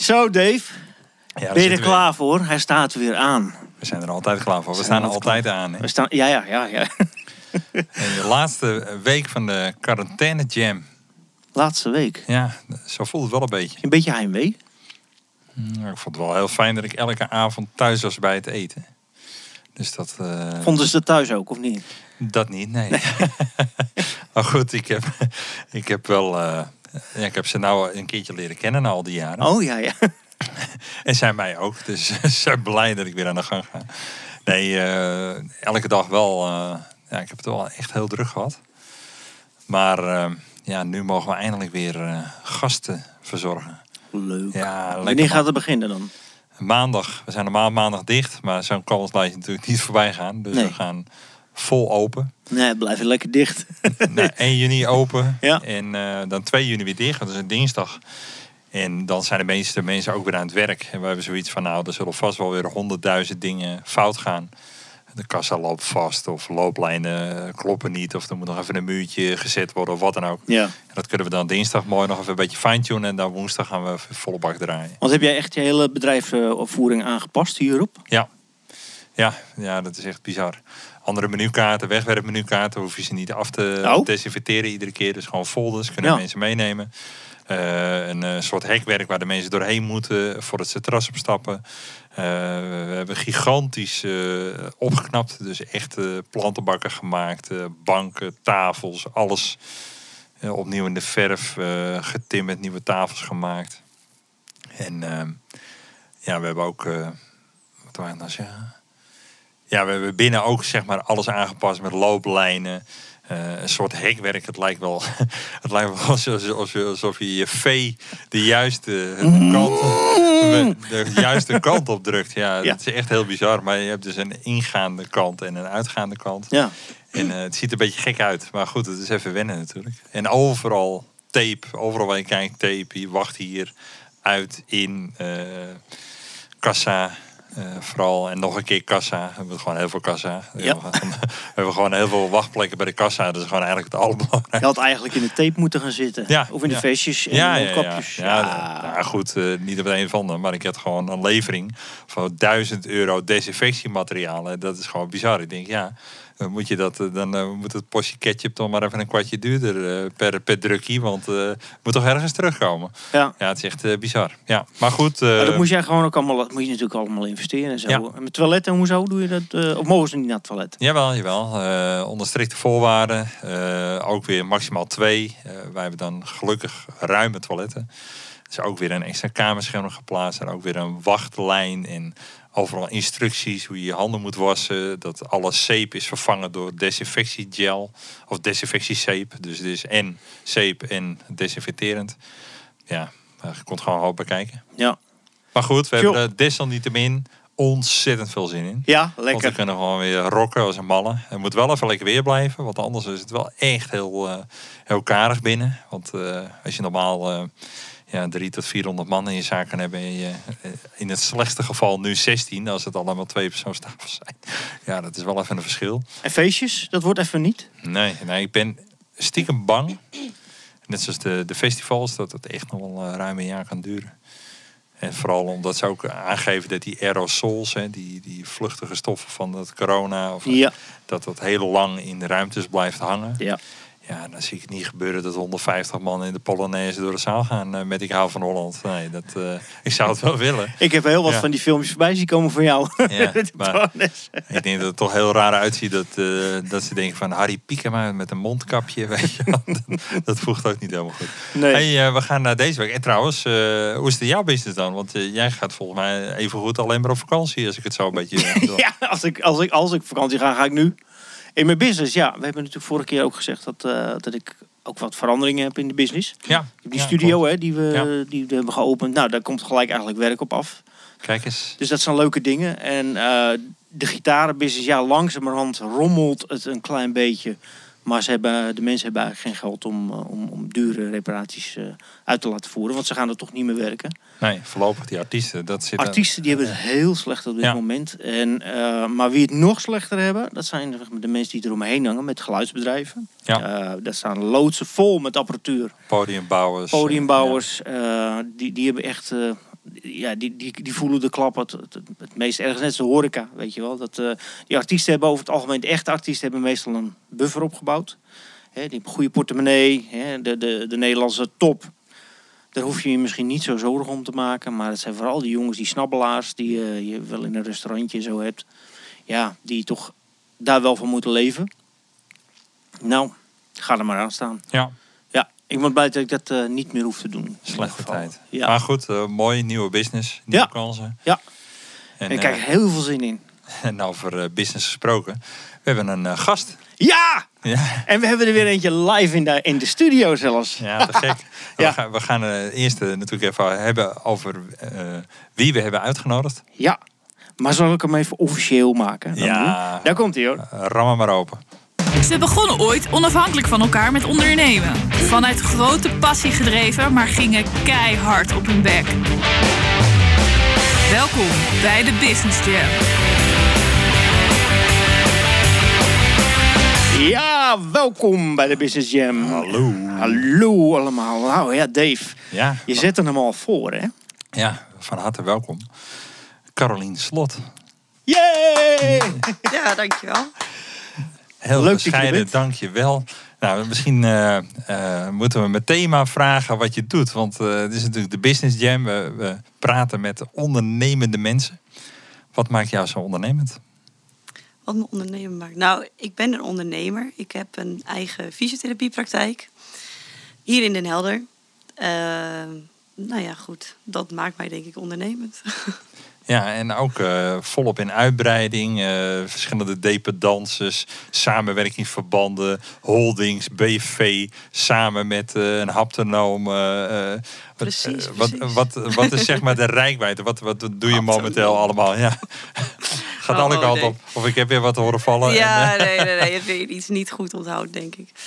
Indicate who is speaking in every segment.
Speaker 1: Zo, Dave.
Speaker 2: Ja,
Speaker 1: Ben je er klaar voor? Hij staat weer aan.
Speaker 2: We zijn er altijd klaar voor. We staan er altijd aan. Hè?
Speaker 1: We staan, ja.
Speaker 2: En de laatste week van de quarantaine jam.
Speaker 1: Laatste week.
Speaker 2: Ja, zo voelt het wel een beetje.
Speaker 1: Een beetje heimwee.
Speaker 2: Ik vond het wel heel fijn dat ik elke avond thuis was bij het eten. Dus dat...
Speaker 1: Vonden ze dat thuis ook, of niet?
Speaker 2: Dat niet, nee. Maar goed, ik heb wel... ik heb ze nou een keertje leren kennen na al die jaren.
Speaker 1: Oh, ja.
Speaker 2: En zij mij ook. Dus ze zijn blij dat ik weer aan de gang ga. Nee, elke dag wel... ik heb het wel echt heel druk gehad. Maar nu mogen we eindelijk weer gasten verzorgen.
Speaker 1: Leuk.
Speaker 2: Ja,
Speaker 1: wanneer gaat het beginnen dan?
Speaker 2: Maandag. We zijn normaal maandag dicht. Maar zo'n kans laat je natuurlijk niet voorbij gaan. Dus
Speaker 1: Nee.
Speaker 2: we gaan vol open.
Speaker 1: Nee, blijf je lekker dicht.
Speaker 2: 1 juni open.
Speaker 1: Ja.
Speaker 2: En dan 2 juni weer dicht. Dat is een dinsdag. En dan zijn de meeste mensen ook weer aan het werk. En we hebben zoiets van, er zullen vast wel weer 100.000 dingen fout gaan. De kassa loopt vast of looplijnen kloppen niet. Of er moet nog even een muurtje gezet worden of wat dan ook.
Speaker 1: Ja.
Speaker 2: En dat kunnen we dan dinsdag mooi nog even een beetje fine-tunen. En dan woensdag gaan we volle bak draaien.
Speaker 1: Want heb jij echt je hele bedrijfsopvoering aangepast hierop?
Speaker 2: Ja, dat is echt bizar. Andere menukaarten, wegwerpmenukaarten, hoef je ze niet af te desinfecteren iedere keer. Dus gewoon folders, kunnen mensen meenemen. Een soort hekwerk waar de mensen doorheen moeten voordat ze het terras opstappen. We hebben gigantisch opgeknapt. Dus echt plantenbakken gemaakt, banken, tafels, alles opnieuw in de verf getimmerd, nieuwe tafels gemaakt. En we hebben ook, wat wou ik nou zeggen? Ja, we hebben binnen ook zeg maar alles aangepast met looplijnen. Een soort hekwerk. Het lijkt wel alsof je vee de juiste kant op drukt. Ja, dat is echt heel bizar. Maar je hebt dus een ingaande kant en een uitgaande kant.
Speaker 1: Ja.
Speaker 2: En het ziet er een beetje gek uit. Maar goed, het is even wennen natuurlijk. En overal tape. Overal waar je kijkt tape. Je wacht hier uit in kassa. Vooral en nog een keer kassa. We hebben gewoon heel veel kassa.
Speaker 1: Ja.
Speaker 2: We hebben gewoon heel veel wachtplekken bij de kassa. Dat is gewoon eigenlijk het allerbelangrijkste.
Speaker 1: Je had eigenlijk in de tape moeten gaan zitten.
Speaker 2: Ja,
Speaker 1: of in de vestjes en mondkapjes.
Speaker 2: Ja, goed, niet op het een of ander. Maar ik had gewoon een levering van €1000 desinfectiematerialen. Dat is gewoon bizar. Ik denk, dan moet het postje ketchup toch maar even een kwartje duurder per drukkie. Want het moet toch ergens terugkomen. Ja, het is echt bizar. Ja, maar goed.
Speaker 1: Maar dat moest jij gewoon ook allemaal, dat moet je natuurlijk allemaal investeren en zo.
Speaker 2: Ja.
Speaker 1: En met toiletten, hoezo doe je dat? Of mogen ze niet naar het toilet?
Speaker 2: Jawel. Onder strikte voorwaarden. Ook weer maximaal 2. Wij hebben dan gelukkig ruime toiletten. Er is ook weer een extra kamerscherm geplaatst. En ook weer een wachtlijn. En overal instructies hoe je je handen moet wassen. Dat alle zeep is vervangen door desinfectiegel. Of desinfectiezeep. Dus het is en zeep en desinfecterend. Ja, je kon het gewoon hoop bekijken.
Speaker 1: Ja.
Speaker 2: Maar goed, we hebben er desalniettemin ontzettend veel zin in.
Speaker 1: Ja, lekker.
Speaker 2: Want we kunnen gewoon weer rocken als een malle. Het moet wel even lekker weer blijven. Want anders is het wel echt heel karig binnen. Want als je normaal 300 tot 400 man in je zaak kan hebben. En je in het slechtste geval nu 16. Als het allemaal 2-persoonstafels zijn. Ja, dat is wel even een verschil.
Speaker 1: En feestjes? Dat wordt even niet?
Speaker 2: Nee, ik ben stiekem bang. Net zoals de festivals. Dat het echt nog wel ruim een jaar kan duren. En vooral omdat ze ook aangeven dat die aerosols, die vluchtige stoffen van het corona, dat heel lang in de ruimtes blijft hangen.
Speaker 1: Ja.
Speaker 2: Ja, dan zie ik het niet gebeuren dat 150 man in de Polonaise door de zaal gaan met Ik hou van Holland. Nee, ik zou het wel willen.
Speaker 1: Ik heb heel wat van die filmpjes voorbij zien komen van jou.
Speaker 2: Ja, maar ik denk dat het toch heel raar uitziet dat ze denken van Harry Piekema met een mondkapje. Weet je, dat voegt ook niet helemaal goed.
Speaker 1: Nee.
Speaker 2: Hey, we gaan naar deze week. En trouwens, hoe is het in jouw business dan? Want jij gaat volgens mij even goed alleen maar op vakantie, als ik het zo een beetje...
Speaker 1: Ja, als ik vakantie ga ik nu. In mijn business, we hebben natuurlijk vorige keer ook gezegd dat ik ook wat veranderingen heb in de business.
Speaker 2: Ja.
Speaker 1: Die studio die we hebben geopend, nou, daar komt gelijk eigenlijk werk op af.
Speaker 2: Kijk eens.
Speaker 1: Dus dat zijn leuke dingen. En de gitarenbusiness, langzamerhand rommelt het een klein beetje. Maar de mensen hebben eigenlijk geen geld om dure reparaties uit te laten voeren. Want ze gaan er toch niet meer werken.
Speaker 2: Nee, voorlopig die artiesten.
Speaker 1: Artiesten die hebben het heel slecht op dit moment. Maar wie het nog slechter hebben, dat zijn de mensen die eromheen hangen met geluidsbedrijven.
Speaker 2: Ja.
Speaker 1: Daar staan loodsen vol met apparatuur.
Speaker 2: Podiumbouwers.
Speaker 1: Die hebben echt die voelen de klap het meest ergens. Net als de horeca, weet je wel. Die artiesten hebben over het algemeen, de echte artiesten hebben meestal een buffer opgebouwd. Die hebben een goede portemonnee. De Nederlandse top. Daar hoef je misschien niet zo zorgen om te maken. Maar het zijn vooral die jongens, die snabbelaars, die je wel in een restaurantje zo hebt. Ja, die toch daar wel van moeten leven. Nou, ga er maar aan staan.
Speaker 2: Ja.
Speaker 1: Ja, ik ben blij dat ik dat niet meer hoef te doen.
Speaker 2: Slechte tijd.
Speaker 1: Ja.
Speaker 2: Maar goed, mooi, nieuwe business, nieuwe kansen.
Speaker 1: Ja,
Speaker 2: en
Speaker 1: ik krijg heel veel zin in.
Speaker 2: En over business gesproken, we hebben een gast.
Speaker 1: Ja!
Speaker 2: Ja!
Speaker 1: En we hebben er weer eentje live in de studio zelfs.
Speaker 2: Ja, te gek. We gaan eerst natuurlijk even hebben over wie we hebben uitgenodigd.
Speaker 1: Ja, maar zal ik hem even officieel maken?
Speaker 2: Ja.
Speaker 1: Daar komt hij hoor.
Speaker 2: Ram hem maar open.
Speaker 3: Ze begonnen ooit onafhankelijk van elkaar met ondernemen. Vanuit grote passie gedreven, maar gingen keihard op hun bek. Welkom bij de Business Jam.
Speaker 1: Ja, welkom bij de Business Jam.
Speaker 2: Hallo.
Speaker 1: Hallo allemaal. Nou ja, Dave.
Speaker 2: Ja.
Speaker 1: Je zet hem al voor, hè?
Speaker 2: Ja, van harte welkom. Carolien Slot.
Speaker 1: Yay!
Speaker 4: Ja, dankjewel.
Speaker 2: Heel
Speaker 1: leuk
Speaker 2: bescheiden, dankjewel. Nou, misschien moeten we meteen maar vragen wat je doet. Want het is natuurlijk de Business Jam. We praten met ondernemende mensen. Wat maakt jou zo ondernemend?
Speaker 4: Wat me ondernemen maakt? Nou, ik ben een ondernemer. Ik heb een eigen fysiotherapiepraktijk. Hier in Den Helder. Nou ja, goed. Dat maakt mij denk ik ondernemend.
Speaker 2: Ja, en ook volop in uitbreiding. Verschillende dependances, samenwerkingsverbanden, holdings, BV, samen met een haptonoom.
Speaker 4: Precies.
Speaker 2: Wat is zeg maar de reikwijdte? Wat doe je momenteel allemaal? Ja. Gaat alle kanten op. Of ik heb weer wat horen vallen.
Speaker 4: Ja, nee. Het weer iets niet goed onthoudt, denk ik.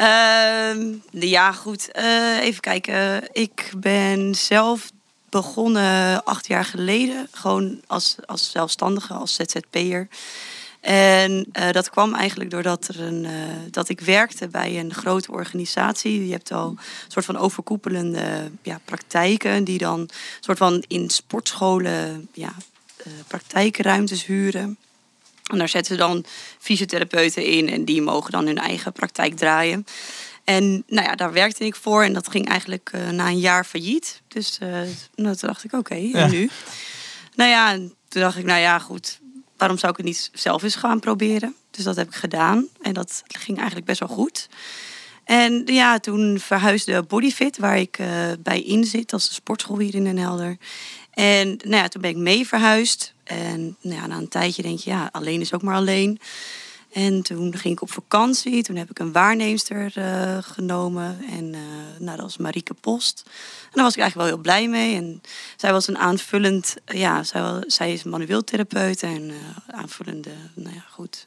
Speaker 4: Ja, goed. Even kijken. Ik ben zelf begonnen 8 jaar geleden. Gewoon als zelfstandige, als ZZP'er. En dat kwam eigenlijk doordat dat ik werkte bij een grote organisatie. Je hebt al een soort van overkoepelende praktijken die dan soort van in sportscholen praktijkruimtes huren. En daar zetten ze dan fysiotherapeuten in en die mogen dan hun eigen praktijk draaien. En nou ja, daar werkte ik voor en dat ging eigenlijk na een jaar failliet. Dus toen dacht ik, oké, en nu? Nou ja, toen dacht ik, nou ja, goed, waarom zou ik het niet zelf eens gaan proberen? Dus dat heb ik gedaan en dat ging eigenlijk best wel goed. En ja, toen verhuisde Bodyfit, waar ik bij in zit, dat is de sportschool hier in Den Helder. En nou ja, toen ben ik mee verhuisd. En nou ja, na een tijdje denk je, ja, alleen is ook maar alleen. En toen ging ik op vakantie. Toen heb ik een waarneemster genomen. En nou, dat was Marieke Post. En daar was ik eigenlijk wel heel blij mee. En zij was een aanvullend... Ja, zij is manueel therapeut. En aanvullende, nou ja, goed...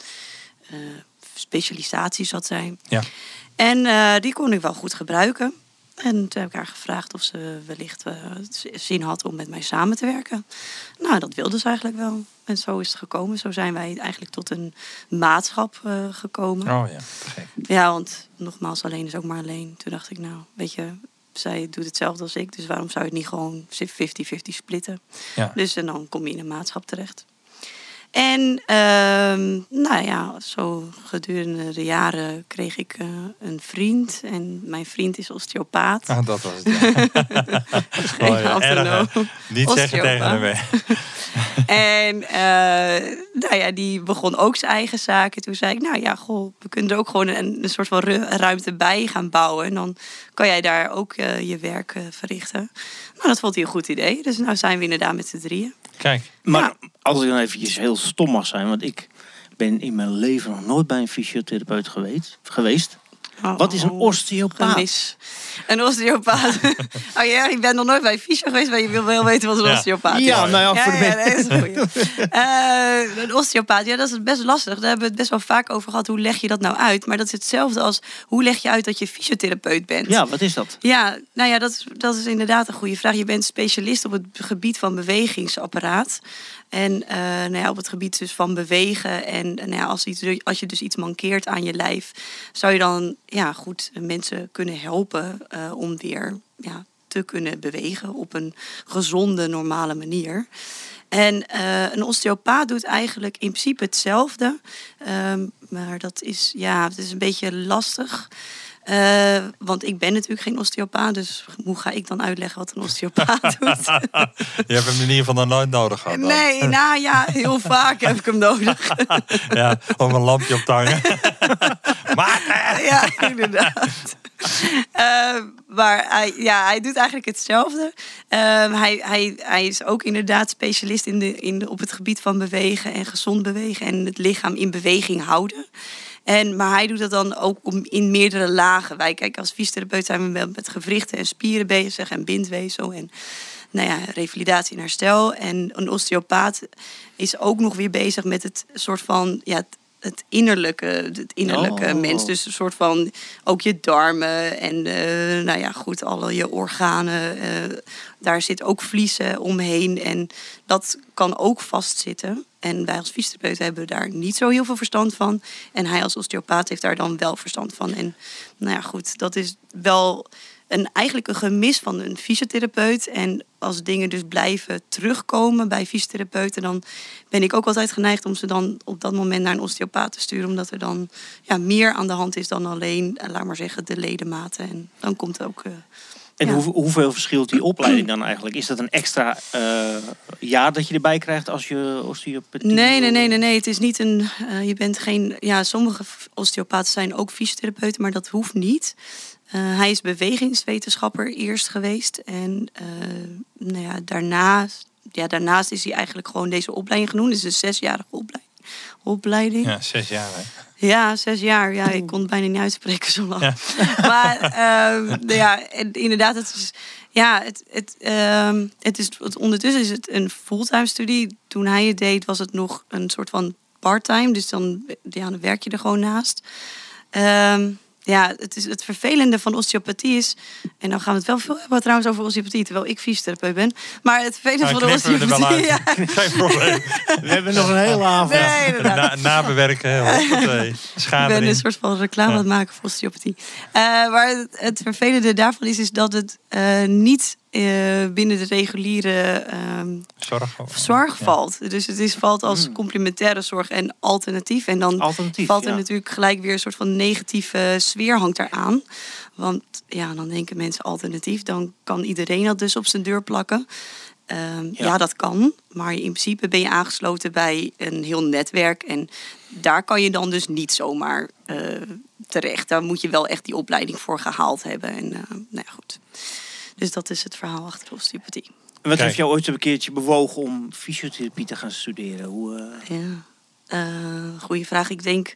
Speaker 4: specialisaties had zij.
Speaker 2: Ja.
Speaker 4: En die kon ik wel goed gebruiken. En toen heb ik haar gevraagd of ze wellicht zin had om met mij samen te werken. Nou, dat wilde ze eigenlijk wel. En zo is het gekomen. Zo zijn wij eigenlijk tot een maatschap gekomen.
Speaker 2: Oh ja, gek.
Speaker 4: Ja, want nogmaals, alleen is ook maar alleen. Toen dacht ik, nou, weet je, zij doet hetzelfde als ik. Dus waarom zou je het niet gewoon 50-50 splitten?
Speaker 2: Ja.
Speaker 4: Dus en dan kom je in een maatschap terecht. En nou ja, zo gedurende de jaren kreeg ik een vriend. En mijn vriend is osteopaat.
Speaker 2: Ah, dat was het, ja.
Speaker 4: Dus geen haptonoom.
Speaker 2: Niet zeggen tegen hem.
Speaker 4: En nou ja, die begon ook zijn eigen zaken. Toen zei ik, nou ja, goh, we kunnen er ook gewoon een soort van ruimte bij gaan bouwen. En dan kan jij daar ook je werk verrichten. Nou, dat vond hij een goed idee. Dus nou zijn we inderdaad met z'n drieën.
Speaker 2: Kijk.
Speaker 1: Maar als ik dan eventjes heel stom mag zijn, want ik ben in mijn leven nog nooit bij een fysiotherapeut geweest. Wat is een osteopaat?
Speaker 4: Een osteopaat. Oh ja, ik ben nog nooit bij een fysio geweest, maar je wil wel weten wat een osteopaat is.
Speaker 1: Ja, nou ja, voor de
Speaker 4: dat is een goeie. Een osteopaat, ja, dat is best lastig. Daar hebben we het best wel vaak over gehad. Hoe leg je dat nou uit? Maar dat is hetzelfde als, hoe leg je uit dat je fysiotherapeut bent?
Speaker 1: Ja, wat is dat? Ja,
Speaker 4: nou ja, dat is inderdaad een goede vraag. Je bent specialist op het gebied van bewegingsapparaat. En nou ja, op het gebied dus van bewegen. En nou ja, als je dus iets mankeert aan je lijf, zou je dan goed mensen kunnen helpen om weer te kunnen bewegen op een gezonde, normale manier. En een osteopaat doet eigenlijk in principe hetzelfde. Maar dat is, het is een beetje lastig. Want ik ben natuurlijk geen osteopaat, dus hoe ga ik dan uitleggen wat een osteopaat doet?
Speaker 2: Je hebt hem in ieder geval nog nooit nodig gehad. Dan.
Speaker 4: Nee, heel vaak heb ik hem nodig.
Speaker 2: Ja, om een lampje op te hangen. Maar,
Speaker 4: ja, inderdaad. Maar hij doet eigenlijk hetzelfde. Hij is ook inderdaad specialist op het gebied van bewegen en gezond bewegen en het lichaam in beweging houden. Maar hij doet dat dan ook in meerdere lagen. Wij kijken als fysiotherapeut zijn we met gewrichten en spieren bezig en bindweefsel en revalidatie en herstel. En een osteopaat is ook nog weer bezig met het soort van het innerlijke mens. Dus een soort van ook je darmen en alle je organen. Daar zit ook vliezen omheen en dat kan ook vastzitten. En wij als fysiotherapeuten hebben daar niet zo heel veel verstand van. En hij als osteopaat heeft daar dan wel verstand van. En dat is wel eigenlijk een gemis van een fysiotherapeut. En als dingen dus blijven terugkomen bij fysiotherapeuten, dan ben ik ook altijd geneigd om ze dan op dat moment naar een osteopaat te sturen. Omdat er dan meer aan de hand is dan alleen, laat maar zeggen, de ledematen. En dan komt ook...
Speaker 1: En hoeveel verschilt die opleiding dan eigenlijk? Is dat een extra jaar dat je erbij krijgt als je osteopathie...
Speaker 4: Nee. Het is niet een... je bent geen... Ja, sommige osteopaten zijn ook fysiotherapeuten, maar dat hoeft niet. Hij is bewegingswetenschapper eerst geweest. En daarnaast is hij eigenlijk gewoon deze opleiding genoemd. Het is een 6-jarige opleiding.
Speaker 2: Ja, 6 jaar, hè?
Speaker 4: Ja, 6 jaar. Ja, ik kon het bijna niet uitspreken zo lang. Ja. Maar inderdaad, het is... Ja, ondertussen is het een fulltime studie. Toen hij het deed, was het nog een soort van parttime. Dus dan werk je er gewoon naast. Het vervelende van osteopathie is... En dan gaan we het wel veel hebben trouwens over osteopathie, terwijl ik fysiotherapeut ben. Maar het vervelende van de osteopathie...
Speaker 2: Ja. Geen probleem.
Speaker 1: We hebben nog een hele avond.
Speaker 2: Nee, nabewerken, schade.
Speaker 4: Ik ben een soort van reclame aan het maken voor osteopathie. Maar het vervelende daarvan is dat het niet binnen de reguliere zorg valt. Dus het valt als complementaire zorg en alternatief. En dan valt er natuurlijk gelijk weer een soort van negatieve sfeer hangt eraan. Want dan denken mensen alternatief. Dan kan iedereen dat dus op zijn deur plakken. Dat kan. Maar in principe ben je aangesloten bij een heel netwerk. En daar kan je dan dus niet zomaar terecht. Daar moet je wel echt die opleiding voor gehaald hebben. En goed. Dus dat is het verhaal achter de osteopathie.
Speaker 1: En wat heeft jou ooit een keertje bewogen om fysiotherapie te gaan studeren?
Speaker 4: Goeie vraag. Ik denk,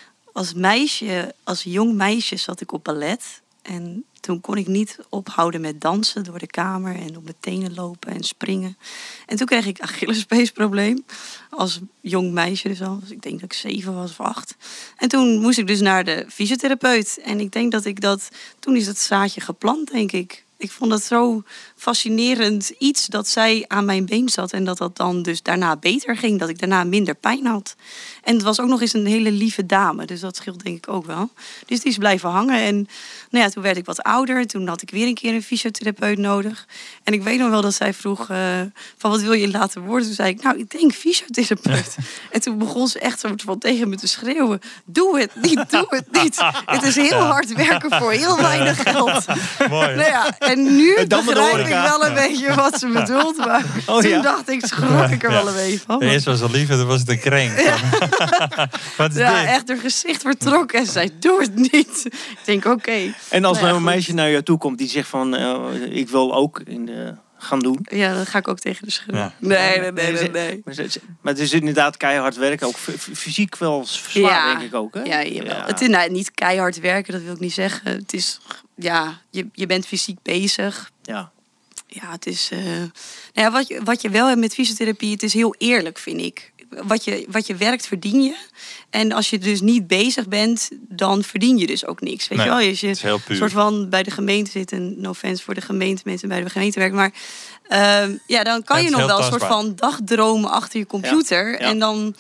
Speaker 4: als jong meisje zat ik op ballet. En toen kon ik niet ophouden met dansen door de kamer en op mijn tenen lopen en springen. En toen kreeg ik Achillespeesprobleem als jong meisje dus al. Dus ik denk dat ik 7 was of 8. En toen moest ik dus naar de fysiotherapeut. En ik denk toen is dat zaadje geplant, denk ik. Ik vond dat zo fascinerend iets dat zij aan mijn been zat. En dat dan dus daarna beter ging. Dat ik daarna minder pijn had. En het was ook nog eens een hele lieve dame. Dus dat scheelt denk ik ook wel. Dus die is blijven hangen. En toen werd ik wat ouder. Toen had ik weer een keer een fysiotherapeut nodig. En ik weet nog wel dat zij vroeg van wat wil je laten worden? Toen zei ik, ik denk fysiotherapeut. En toen begon ze echt soort van tegen me te schreeuwen. Doe het niet. Het is heel hard werken voor heel weinig geld.
Speaker 2: Mooi.
Speaker 4: En nu begrijp ik wel een beetje wat ze bedoelt. Maar toen dacht ik, schrok ik er wel een beetje van.
Speaker 2: Eerst was het lief en toen was het een krenk. Wat is dit?
Speaker 4: Echt haar gezicht vertrokken. En ze zei, doe het niet. Ik denk, oké.
Speaker 1: En als een meisje naar jou toe komt die zegt van... ik wil ook gaan doen.
Speaker 4: Ja, dan ga ik ook tegen de schreeuwen.
Speaker 1: Ja. Nee. Maar het is inderdaad keihard werken. Ook fysiek wel zwaar, denk ik ook. Hè?
Speaker 4: Ja, jawel. Ja. Het is niet keihard werken, dat wil ik niet zeggen. Het is... je bent fysiek bezig.
Speaker 1: Ja.
Speaker 4: Ja, het is... wat je wel hebt met fysiotherapie, het is heel eerlijk, vind ik. Wat je werkt, verdien je. En als je dus niet bezig bent, dan verdien je dus ook niks. Weet je wel? Als je soort van bij de gemeente zit, en no offense voor de gemeente, mensen bij de gemeente werken, maar dan kan je nog wel een soort van dagdromen achter je computer. Ja. En dan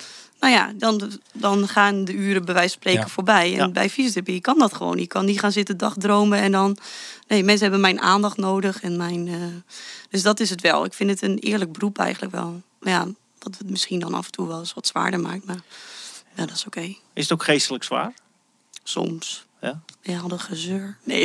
Speaker 4: nou ja, dan gaan de uren bij wijze van spreken voorbij. En bij fysiotherapie kan dat gewoon. Je kan niet gaan zitten dagdromen en dan... Nee, mensen hebben mijn aandacht nodig. Dus dat is het wel. Ik vind het een eerlijk beroep eigenlijk wel. Ja, wat het misschien dan af en toe wel eens wat zwaarder maakt. Maar ja, dat is oké.
Speaker 1: Is het ook geestelijk zwaar?
Speaker 4: Soms.
Speaker 1: Ja?
Speaker 4: Ja, al een gezeur. Nee.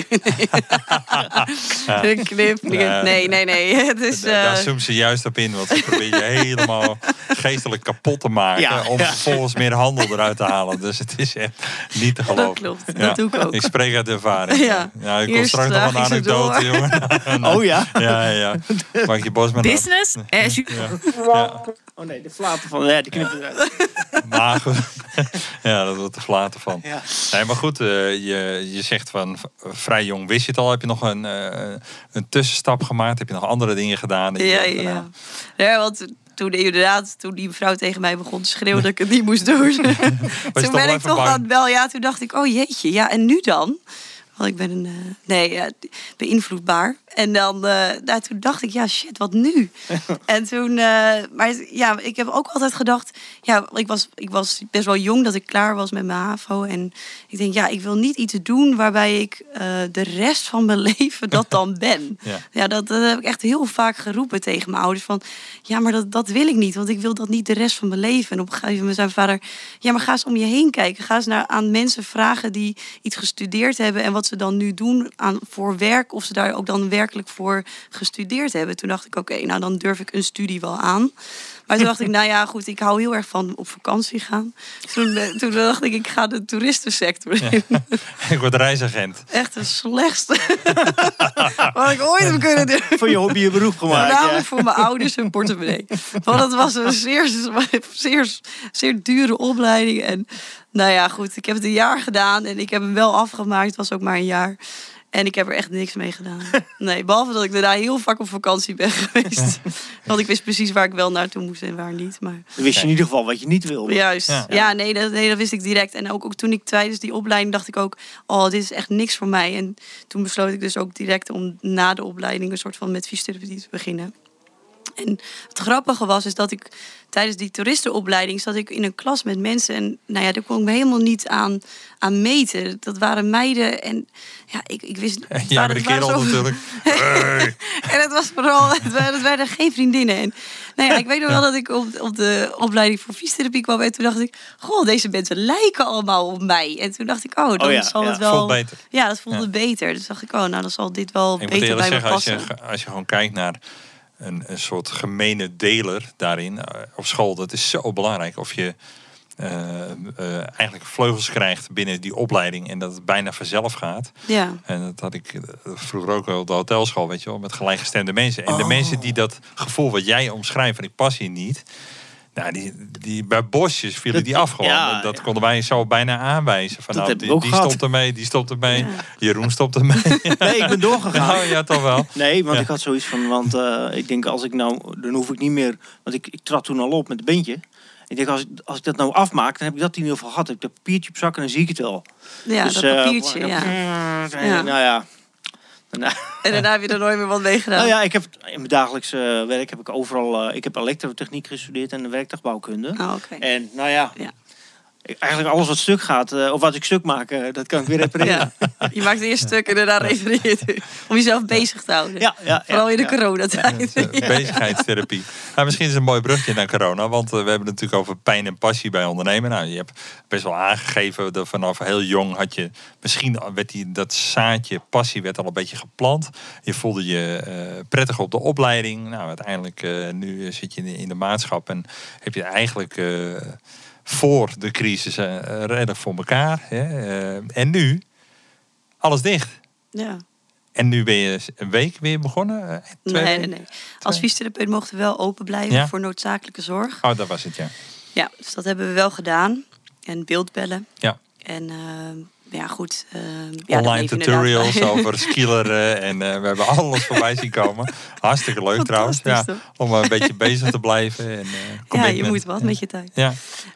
Speaker 4: Een knip. Nee. Het is,
Speaker 2: daar zoomt ze juist op in. Want ze probeert je helemaal geestelijk kapot te maken. Om vervolgens meer handel eruit te halen. Dus het is echt niet te geloven.
Speaker 4: Dat klopt, dat doe ik ook.
Speaker 2: Ik spreek uit ervaring.
Speaker 4: Ja.
Speaker 2: Ik kom straks nog een anekdote, jongen.
Speaker 1: Oh ja?
Speaker 2: Ja. Maak je bos maar
Speaker 3: Business as usual.
Speaker 1: Oh nee, de flaten van... Ja, die knippen eruit.
Speaker 2: Maar goed. Ja, dat wordt de flaten van.
Speaker 1: Ja.
Speaker 2: Nee, maar goed, je zegt van vrij jong wist je het al. Heb je nog een tussenstap gemaakt? Heb je nog andere dingen gedaan?
Speaker 4: Ja, want toen die mevrouw tegen mij begon te schreeuwen dat ik het niet moest doen. Toen ben ik toch aan wel. Ja, toen dacht ik, oh jeetje, ja, en nu dan? Want ik ben beïnvloedbaar. En dan, toen dacht ik, ja shit, wat nu? En toen, maar ja, ik heb ook altijd gedacht, ja, ik was best wel jong dat ik klaar was met mijn HAVO. En ik denk, ja, ik wil niet iets doen waarbij ik de rest van mijn leven dat dan ben. Ja, dat heb ik echt heel vaak geroepen tegen mijn ouders. Van, ja, maar dat wil ik niet, want ik wil dat niet de rest van mijn leven. En op een gegeven moment zei mijn vader, ja, maar ga eens om je heen kijken. Ga eens aan mensen vragen die iets gestudeerd hebben en wat ze dan nu doen voor werk, of ze daar ook dan werkelijk voor gestudeerd hebben. Toen dacht ik, oké, nou dan durf ik een studie wel aan. Maar toen dacht ik, nou ja, goed, ik hou heel erg van op vakantie gaan. Toen dacht ik ga de toeristensector in.
Speaker 2: Ja. Ik word reisagent.
Speaker 4: Echt het slechtste wat ik ooit heb kunnen doen.
Speaker 1: Voor je hobby je beroep gemaakt.
Speaker 4: Namelijk voor mijn ouders hun portemonnee. Want het was een zeer dure opleiding. En nou ja, goed, ik heb het een jaar gedaan en ik heb hem wel afgemaakt. Het was ook maar een jaar. En ik heb er echt niks mee gedaan. Nee, behalve dat ik daarna heel vaak op vakantie ben geweest. Want ik wist precies waar ik wel naartoe moest en waar niet. Maar...
Speaker 1: Dan wist je in ieder geval wat je niet wilde.
Speaker 4: Juist. Ja, nee, dat wist ik direct. En ook toen ik tijdens die opleiding dacht ik ook, oh, dit is echt niks voor mij. En toen besloot ik dus ook direct om na de opleiding een soort van met fysiotherapie te beginnen. En het grappige was is dat ik tijdens die toeristenopleiding zat ik in een klas met mensen. En nou ja, daar kon ik me helemaal niet aan meten. Dat waren meiden en ja, ik wist...
Speaker 2: Ja, met de kerel natuurlijk. Hey.
Speaker 4: En het was vooral, het werden geen vriendinnen. En nou ja, ik weet nog wel dat ik op de opleiding voor fysiotherapie kwam. En toen dacht ik, goh, deze mensen lijken allemaal op mij. En toen dacht ik, oh, dan zal het wel...
Speaker 2: Voelt beter.
Speaker 4: Ja, dat voelde beter. Dus dacht ik, oh, nou, dan zal dit wel beter bij me passen.
Speaker 2: Als je gewoon kijkt naar een soort gemene deler daarin op school, dat is zo belangrijk. Of je eigenlijk vleugels krijgt binnen die opleiding en dat het bijna vanzelf gaat.
Speaker 4: Ja. En
Speaker 2: dat had ik vroeger ook wel op de hotelschool, weet je wel, met gelijkgestemde mensen. En de mensen die dat gevoel wat jij omschrijft van ik pas hier niet, nou, die bij bosjes vielen die af gewoon. Ja, dat konden wij zo bijna aanwijzen. Van, nou, die stopt ermee, die stopt ermee. Ja. Jeroen stopt ermee.
Speaker 1: Nee, ik ben doorgegaan.
Speaker 2: Nou, ja, toch wel.
Speaker 1: Nee, want ik had zoiets van, want ik denk als ik nou, dan hoef ik niet meer, want ik trad toen al op met het beentje. Ik denk, als ik dat nou afmaak, dan heb ik dat in ieder geval gehad. Dan heb ik dat papiertje op zak en dan zie ik het wel.
Speaker 4: Ja, dus, dat papiertje,
Speaker 1: Nou ja.
Speaker 4: En daarna heb je er nooit meer wat mee gedaan?
Speaker 1: Nou ja, ik heb in mijn dagelijks werk heb ik overal... ik heb elektrotechniek gestudeerd en werktuigbouwkunde.
Speaker 4: Oh, okay.
Speaker 1: En nou ja, eigenlijk alles wat stuk gaat, of wat ik stuk maak, dat kan ik weer repareren.
Speaker 4: Ja. Je maakt eerst stuk en daarna repareer je. Om jezelf bezig te houden. Vooral in de coronatijd.
Speaker 2: Bezigheidstherapie. Nou, misschien is het een mooi brugje naar corona. Want we hebben het natuurlijk over pijn en passie bij ondernemen. Nou, je hebt best wel aangegeven dat vanaf heel jong had je... Misschien werd dat zaadje passie werd al een beetje geplant. Je voelde je prettig op de opleiding. Nou, uiteindelijk nu zit je in de maatschap en heb je eigenlijk... voor de crisis redelijk voor elkaar. En nu, alles dicht.
Speaker 4: Ja.
Speaker 2: En nu ben je een week weer begonnen?
Speaker 4: Nee. Als fysiotherapeut mochten we wel open blijven voor noodzakelijke zorg.
Speaker 2: Oh, dat was het, ja.
Speaker 4: Ja, dus dat hebben we wel gedaan. En beeldbellen.
Speaker 2: Ja.
Speaker 4: En ja, goed.
Speaker 2: Online tutorials over skileren. En we hebben alles voorbij zien komen. Hartstikke leuk trouwens. Ja, om een beetje bezig te blijven. En,
Speaker 4: je moet wat met je tijd.
Speaker 2: Ja.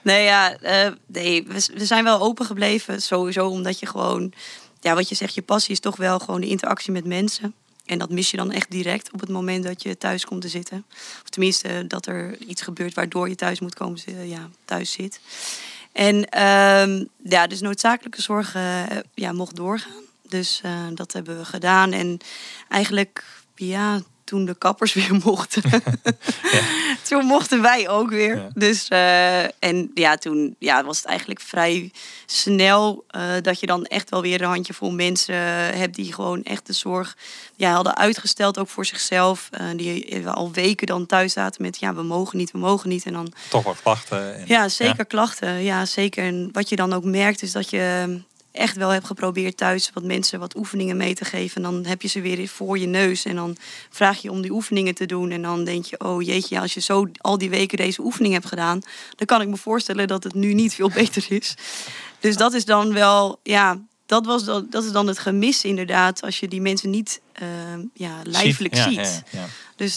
Speaker 4: Nee, we zijn wel open gebleven. Sowieso omdat je gewoon... Ja, wat je zegt, je passie is toch wel gewoon de interactie met mensen. En dat mis je dan echt direct op het moment dat je thuis komt te zitten. Of tenminste, dat er iets gebeurt waardoor je thuis moet komen thuis zit. En dus noodzakelijke zorg mocht doorgaan. Dus dat hebben we gedaan. En eigenlijk, toen de kappers weer mochten. Toen mochten wij ook weer. Ja. Dus, toen was het eigenlijk vrij snel dat je dan echt wel weer een handjevol mensen hebt die gewoon echt de zorg hadden uitgesteld, ook voor zichzelf. Die al weken dan thuis zaten met we mogen niet. En dan
Speaker 2: toch wel klachten.
Speaker 4: Klachten. Ja, zeker. En wat je dan ook merkt is dat je echt wel heb geprobeerd thuis wat mensen wat oefeningen mee te geven. En dan heb je ze weer voor je neus. En dan vraag je om die oefeningen te doen. En dan denk je, oh jeetje, als je zo al die weken deze oefening hebt gedaan, dan kan ik me voorstellen dat het nu niet veel beter is. Dus dat is dan wel, dat is dan het gemis inderdaad, als je die mensen niet lijfelijk ziet. Ja. Dus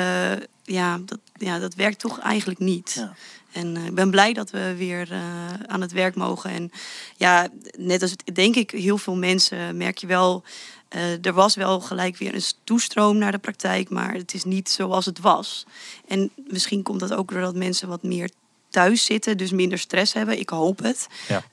Speaker 4: dat werkt toch eigenlijk niet. Ja. En ik ben blij dat we weer aan het werk mogen. En net als denk ik heel veel mensen, merk je wel, er was wel gelijk weer een toestroom naar de praktijk, maar het is niet zoals het was. En misschien komt dat ook doordat mensen wat meer thuis zitten, dus minder stress hebben. Ik hoop het. Ja.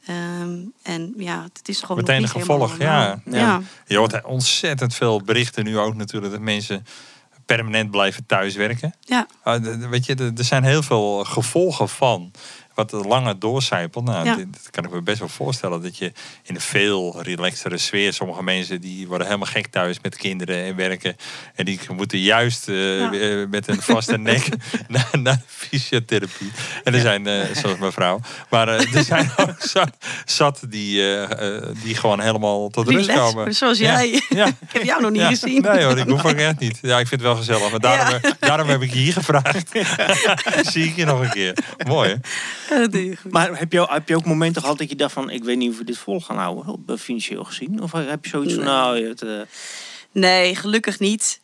Speaker 4: Het is gewoon
Speaker 2: meteen een gevolg. Ja. Je hoort ontzettend veel berichten nu ook natuurlijk dat mensen permanent blijven thuiswerken. Ja. Weet je, er zijn heel veel gevolgen van wat langer doorcijpelt. Dat kan ik me best wel voorstellen. Dat je in een veel relaxtere sfeer. Sommige mensen die worden helemaal gek thuis met kinderen en werken. En die moeten juist met een vaste nek naar fysiotherapie. En er zijn, zoals mevrouw. Maar er zijn ook zat die gewoon helemaal tot rust komen.
Speaker 4: Zoals jij. Ja. Ik heb jou nog niet gezien.
Speaker 2: Nee hoor, ik hoef ook echt niet. Ja, ik vind het wel gezellig. Maar daarom heb ik je hier gevraagd. Zie ik je nog een keer. Mooi hè?
Speaker 1: Maar heb je ook momenten gehad dat je dacht van, ik weet niet of we dit vol gaan houden, financieel gezien? Of heb je zoiets van,
Speaker 4: Nee, gelukkig niet.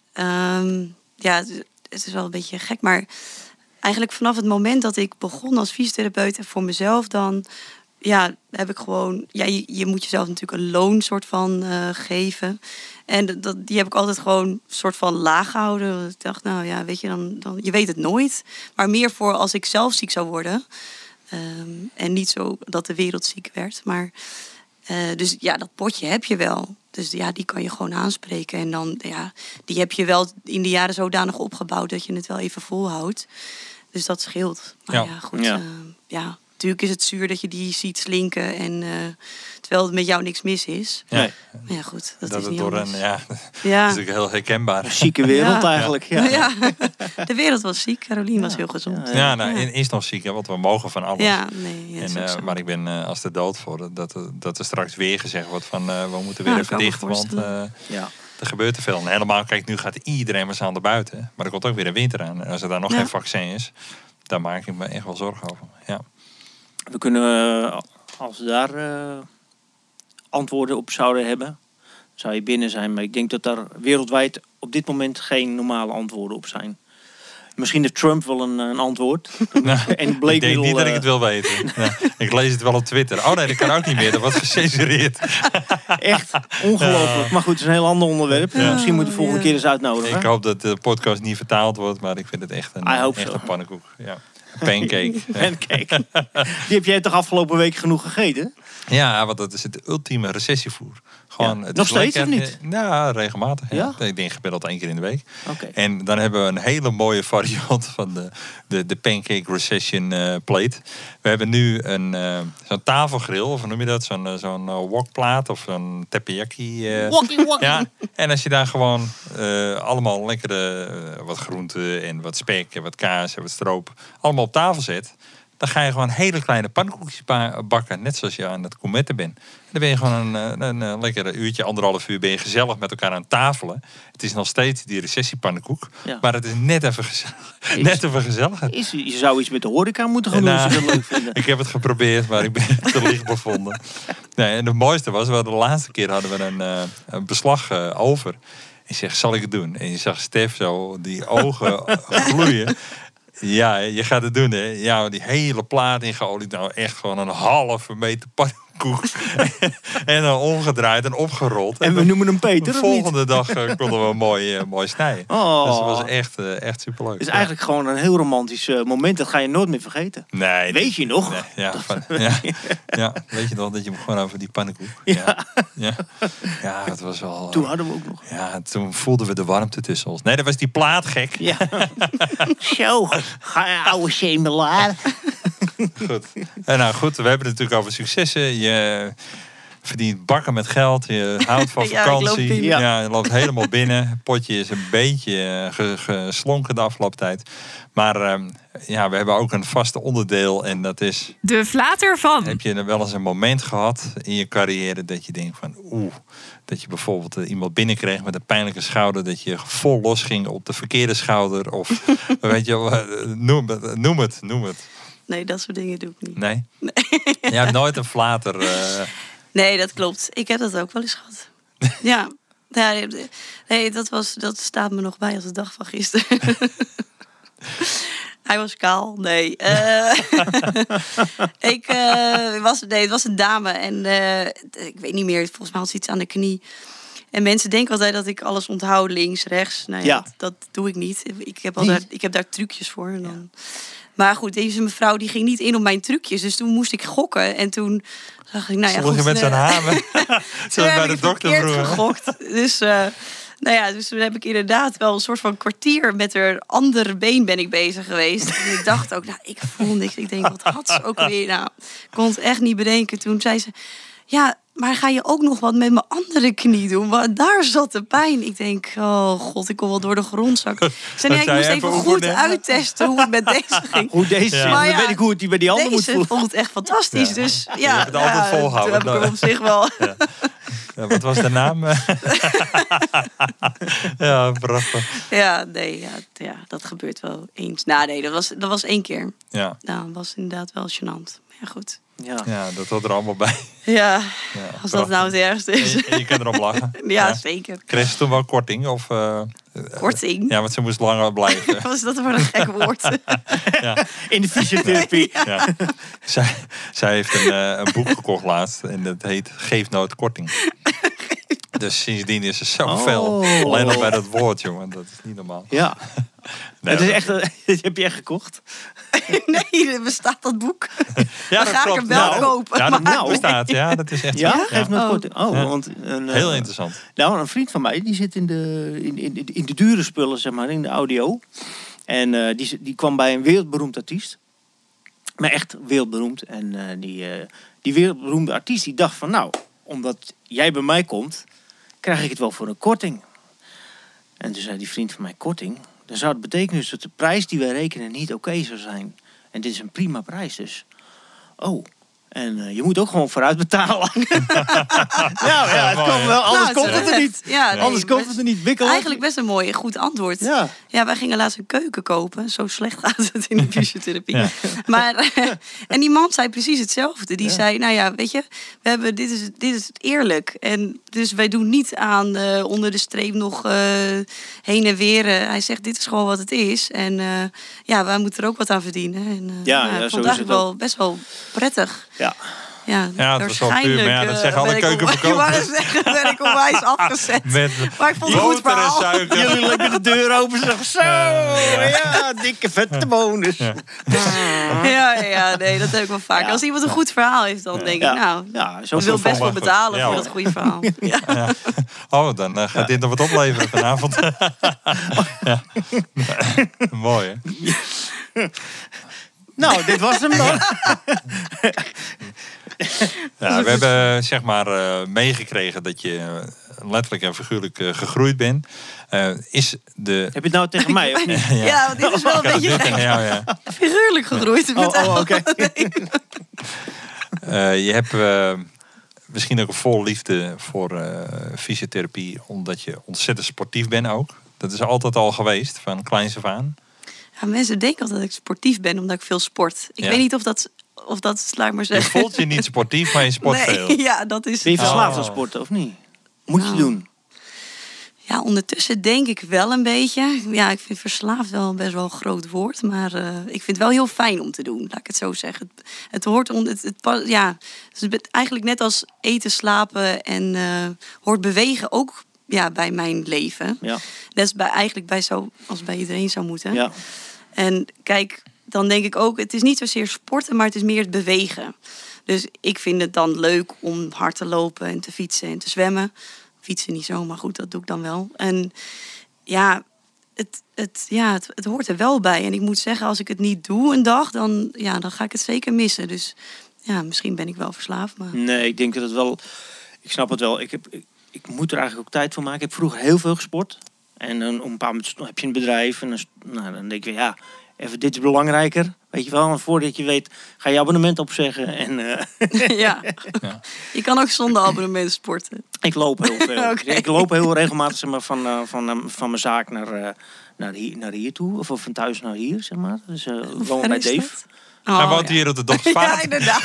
Speaker 4: Het is wel een beetje gek, maar eigenlijk vanaf het moment dat ik begon als fysiotherapeut en voor mezelf, dan heb ik gewoon, je moet jezelf natuurlijk een loon soort van geven. En die heb ik altijd gewoon soort van laag gehouden. Ik dacht, weet je, dan je weet het nooit. Maar meer voor als ik zelf ziek zou worden. En niet zo dat de wereld ziek werd. Maar dus dat potje heb je wel. Dus die kan je gewoon aanspreken. En dan, die heb je wel in de jaren zodanig opgebouwd dat je het wel even volhoudt. Dus dat scheelt. Maar goed. Natuurlijk is het zuur dat je die ziet slinken en terwijl het met jou niks mis is. Ja. Maar goed, dat is niet anders.
Speaker 2: Dat is natuurlijk heel herkenbaar.
Speaker 1: Een zieke wereld eigenlijk. Ja.
Speaker 4: De wereld was ziek, Carolien was heel gezond.
Speaker 2: Is nog ziek, want we mogen van alles. Maar ik ben als de dood voor dat er straks weer gezegd wordt van we moeten weer even dicht, want er gebeurt te veel. En helemaal, kijk, nu gaat iedereen maar aan de buiten. Maar er komt ook weer een winter aan. En als er daar nog geen vaccin is, daar maak ik me echt wel zorgen over. Ja.
Speaker 1: We kunnen, als we daar antwoorden op zouden hebben, zou je binnen zijn. Maar ik denk dat daar wereldwijd op dit moment geen normale antwoorden op zijn. Misschien heeft Trump wel een antwoord.
Speaker 2: En ik denk niet dat ik het wil weten. Ik lees het wel op Twitter. Oh nee, dat kan ook niet meer. Dat wordt gecensureerd.
Speaker 1: Echt ongelooflijk. Maar goed, het is een heel ander onderwerp. Misschien moeten we de volgende keer eens uitnodigen.
Speaker 2: Ik hoop dat de podcast niet vertaald wordt. Maar ik vind het echt een pannenkoek. Ja. Pancake.
Speaker 1: Die heb jij toch afgelopen week genoeg gegeten?
Speaker 2: Ja, want dat is het ultieme recessievoer. Gewoon, het
Speaker 1: nog steeds of niet?
Speaker 2: Ja, regelmatig. Ja? Ik denk gemiddeld 1 keer in de week.
Speaker 1: Okay.
Speaker 2: En dan hebben we een hele mooie variant van de Pancake Recession plate. We hebben nu zo'n tafelgrill, of hoe noem je dat? Zo'n wokplaat of zo'n teppanyaki. Ja. En als je daar gewoon allemaal lekkere wat groenten en wat spek en wat kaas en wat stroop allemaal op tafel zet, dan ga je gewoon hele kleine pannenkoekjes bakken. Net zoals je aan het gourmetten bent. En dan ben je gewoon een lekkere uurtje, 1,5 uur ben je gezellig met elkaar aan tafelen. Het is nog steeds die recessiepannenkoek. Ja. Maar het is net even gezelliger.
Speaker 1: Je zou iets met de horeca moeten gaan doen als je dat leuk vindt.
Speaker 2: Ik heb het geprobeerd, maar ik ben te licht bevonden. Nee, en het mooiste was, de laatste keer hadden we een beslag over. Ik zeg, zal ik het doen? En je zag Stef zo die ogen gloeien. Ja, je gaat het doen, hè? Ja, die hele plaat ingeolied. Nou, echt gewoon een halve meter pannenkoek. En dan omgedraaid en opgerold.
Speaker 1: En we noemen hem Peter,
Speaker 2: de volgende dag konden we mooi snijden.
Speaker 1: Oh.
Speaker 2: Dus dat was echt superleuk.
Speaker 1: Het is eigenlijk gewoon een heel romantisch moment. Dat ga je nooit meer vergeten.
Speaker 2: Nee.
Speaker 1: Weet je nog?
Speaker 2: Nee, weet je nog dat je gewoon over die pannenkoek... Ja, het was wel...
Speaker 1: Toen hadden we ook nog.
Speaker 2: Ja, toen voelden we de warmte tussen ons. Nee, dat was die plaat gek.
Speaker 1: Ja. Zo, oude schemelaar.
Speaker 2: Goed. En nou goed, we hebben het natuurlijk over successen. Je verdient bakken met geld. Je houdt van vakantie. Je loopt helemaal binnen. Het potje is een beetje geslonken de afgelopen tijd. Maar we hebben ook een vaste onderdeel. En dat is...
Speaker 3: De flater van.
Speaker 2: Heb je wel eens een moment gehad in je carrière dat je denkt van... dat je bijvoorbeeld iemand binnenkreeg met een pijnlijke schouder... dat je vol los ging op de verkeerde schouder. Of weet je, noem het.
Speaker 4: Nee, dat soort dingen doe ik niet.
Speaker 2: Nee? Je hebt nooit een flater...
Speaker 4: Nee, dat klopt. Ik heb dat ook wel eens gehad. Ja. Nee, dat staat me nog bij als de dag van gisteren. Hij was kaal. Nee. Het was een dame. En ik weet niet meer. Volgens mij had ze iets aan de knie. En mensen denken altijd dat ik alles onthoud. Links, rechts. Nee, dat doe ik niet. Ik heb daar trucjes voor. En dan... Maar goed, deze mevrouw die ging niet in op mijn trucjes. Dus toen moest ik gokken. En toen zag ik,
Speaker 2: goed, je met zo'n hamer. Zoals bij de dokter vroeger.
Speaker 4: Gegokt. Dus... dus toen heb ik inderdaad wel een soort van kwartier met haar andere been ben ik bezig geweest. En ik dacht ook, ik voel niks. Ik denk, wat had ze ook weer? Nou, ik kon het echt niet bedenken. Toen zei ze, ja, maar ga je ook nog wat met mijn andere knie doen? Want daar zat de pijn. Ik denk, oh god, ik kon wel door de grond zakken. Ik zei, ik moest even goed uittesten hoe het met deze ging.
Speaker 1: Hoe deze, dan weet ik hoe het die bij die andere moet voelen.
Speaker 4: Deze vond het echt fantastisch. Dus
Speaker 2: je hebt het altijd volgehouden.
Speaker 4: Toen heb ik er op zich wel...
Speaker 2: Ja, wat was de naam? Ja, prachtig.
Speaker 4: Ja, dat gebeurt wel eens. Nou, nee, dat was 1 keer.
Speaker 2: Ja.
Speaker 4: Nou, dat was inderdaad wel gênant. Ja, goed.
Speaker 2: Ja, dat hoort er allemaal bij.
Speaker 4: Ja, als dat nou het ergste is.
Speaker 2: En je kan erop lachen.
Speaker 4: Ja, zeker.
Speaker 2: Kreeg ze toen wel korting? Of,
Speaker 4: korting?
Speaker 2: Ja, want ze moest langer blijven.
Speaker 4: Wat is dat voor een gek woord?
Speaker 1: In de fysiotherapie.
Speaker 2: Ja. Zij heeft een boek gekocht laatst. En dat heet Geef nooit korting. Dus sindsdien is er zoveel. Alleen al bij dat woord, jongen. Dat is niet normaal.
Speaker 1: Ja. Nee, het is echt, heb je echt gekocht?
Speaker 4: Nee, er bestaat dat boek.
Speaker 2: Ja,
Speaker 4: dan ga ik hem wel kopen.
Speaker 2: Ja, dat boek bestaat. Ja, dat is echt zo.
Speaker 1: Ja, geef nooit korting. Want
Speaker 2: heel interessant.
Speaker 1: Nou, een vriend van mij, die zit in de dure spullen, zeg maar, in de audio. En die kwam bij een wereldberoemd artiest. Maar echt wereldberoemd. En die wereldberoemde artiest, die dacht van, omdat jij bij mij komt, krijg ik het wel voor een korting. En toen zei die vriend van mij, korting? Dan zou het betekenen dus dat de prijs die wij rekenen niet oké zou zijn. En dit is een prima prijs dus. En je moet ook gewoon vooruit betalen. Het kan wel, anders komt het er niet.
Speaker 4: Ja,
Speaker 1: anders komt het er niet. Wikkel.
Speaker 4: Eigenlijk best een mooi, goed antwoord. Ja, wij gingen laatst een keuken kopen. Zo slecht gaat het in de fysiotherapie. Ja. Maar, en die man zei precies hetzelfde. Die zei, weet je, we hebben, dit is eerlijk. En dus wij doen niet aan onder de streep nog heen en weer. Hij zegt, dit is gewoon wat het is. En wij moeten er ook wat aan verdienen. En, ik vond het eigenlijk wel best wel prettig.
Speaker 2: Ja, het was wel puur, maar dat zeggen alle keukenverkopers.
Speaker 4: Ben ik onwijs afgezet. Maar ik vond het een goed verhaal.
Speaker 2: Suiker.
Speaker 1: Jullie lekker de deur open zeggen, zo, dikke vette bonus.
Speaker 4: Nee, dat heb ik wel vaak. Als iemand een goed verhaal heeft, dan denk ik, ik wil best wel betalen voor dat goede verhaal.
Speaker 2: Dan gaat dit nog wat opleveren vanavond. Mooi, hè?
Speaker 1: Nou, dit was hem dan.
Speaker 2: We hebben zeg maar meegekregen dat je letterlijk en figuurlijk gegroeid bent.
Speaker 1: Heb je het nou tegen mij of niet?
Speaker 4: Ja, want dit is wel een beetje figuurlijk gegroeid.
Speaker 1: Oké.
Speaker 2: Je hebt misschien ook een vol liefde voor fysiotherapie, omdat je ontzettend sportief bent ook. Dat is altijd al geweest, van kleins af aan.
Speaker 4: Ja, mensen denken altijd dat ik sportief ben, omdat ik veel sport. Ik weet niet of dat laat ik maar zeggen.
Speaker 2: Je voelt je niet sportief, maar je sport veel.
Speaker 4: Ja, dat is...
Speaker 1: Ben je verslaafd aan sporten, of niet? Moet je doen.
Speaker 4: Ja, ondertussen denk ik wel een beetje. Ja, ik vind verslaafd wel best wel een groot woord. Maar ik vind het wel heel fijn om te doen, laat ik het zo zeggen. Het hoort het is eigenlijk net als eten, slapen en hoort bewegen ook bij mijn leven.
Speaker 1: Ja.
Speaker 4: Dat is eigenlijk als bij iedereen zou moeten.
Speaker 1: Ja.
Speaker 4: En kijk, dan denk ik ook, het is niet zozeer sporten, maar het is meer het bewegen. Dus ik vind het dan leuk om hard te lopen en te fietsen en te zwemmen. Fietsen niet zo, maar goed, dat doe ik dan wel. En ja, het hoort er wel bij. En ik moet zeggen, als ik het niet doe een dag, dan ga ik het zeker missen. Dus ja, misschien ben ik wel verslaafd. Maar...
Speaker 1: Nee, ik denk dat het wel... Ik snap het wel. Ik moet er eigenlijk ook tijd voor maken. Ik heb vroeger heel veel gesport. En dan op een paar momenten heb je een bedrijf. En dan denk je, even dit is belangrijker. Weet je wel, en voordat je weet, ga je abonnement opzeggen. En,
Speaker 4: ja. Je kan ook zonder abonnement sporten.
Speaker 1: Ik loop heel veel.
Speaker 4: Okay.
Speaker 1: Ik loop heel regelmatig zeg maar, van mijn zaak naar hier toe. Of van thuis naar hier, zeg maar. Dus woon bij Dave.
Speaker 2: Hij woont hier op de Doktersvaart.
Speaker 4: Ja, inderdaad.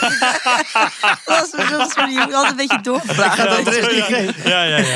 Speaker 4: Je moet altijd een beetje doorvragen.
Speaker 1: Ik ga dat niet geven.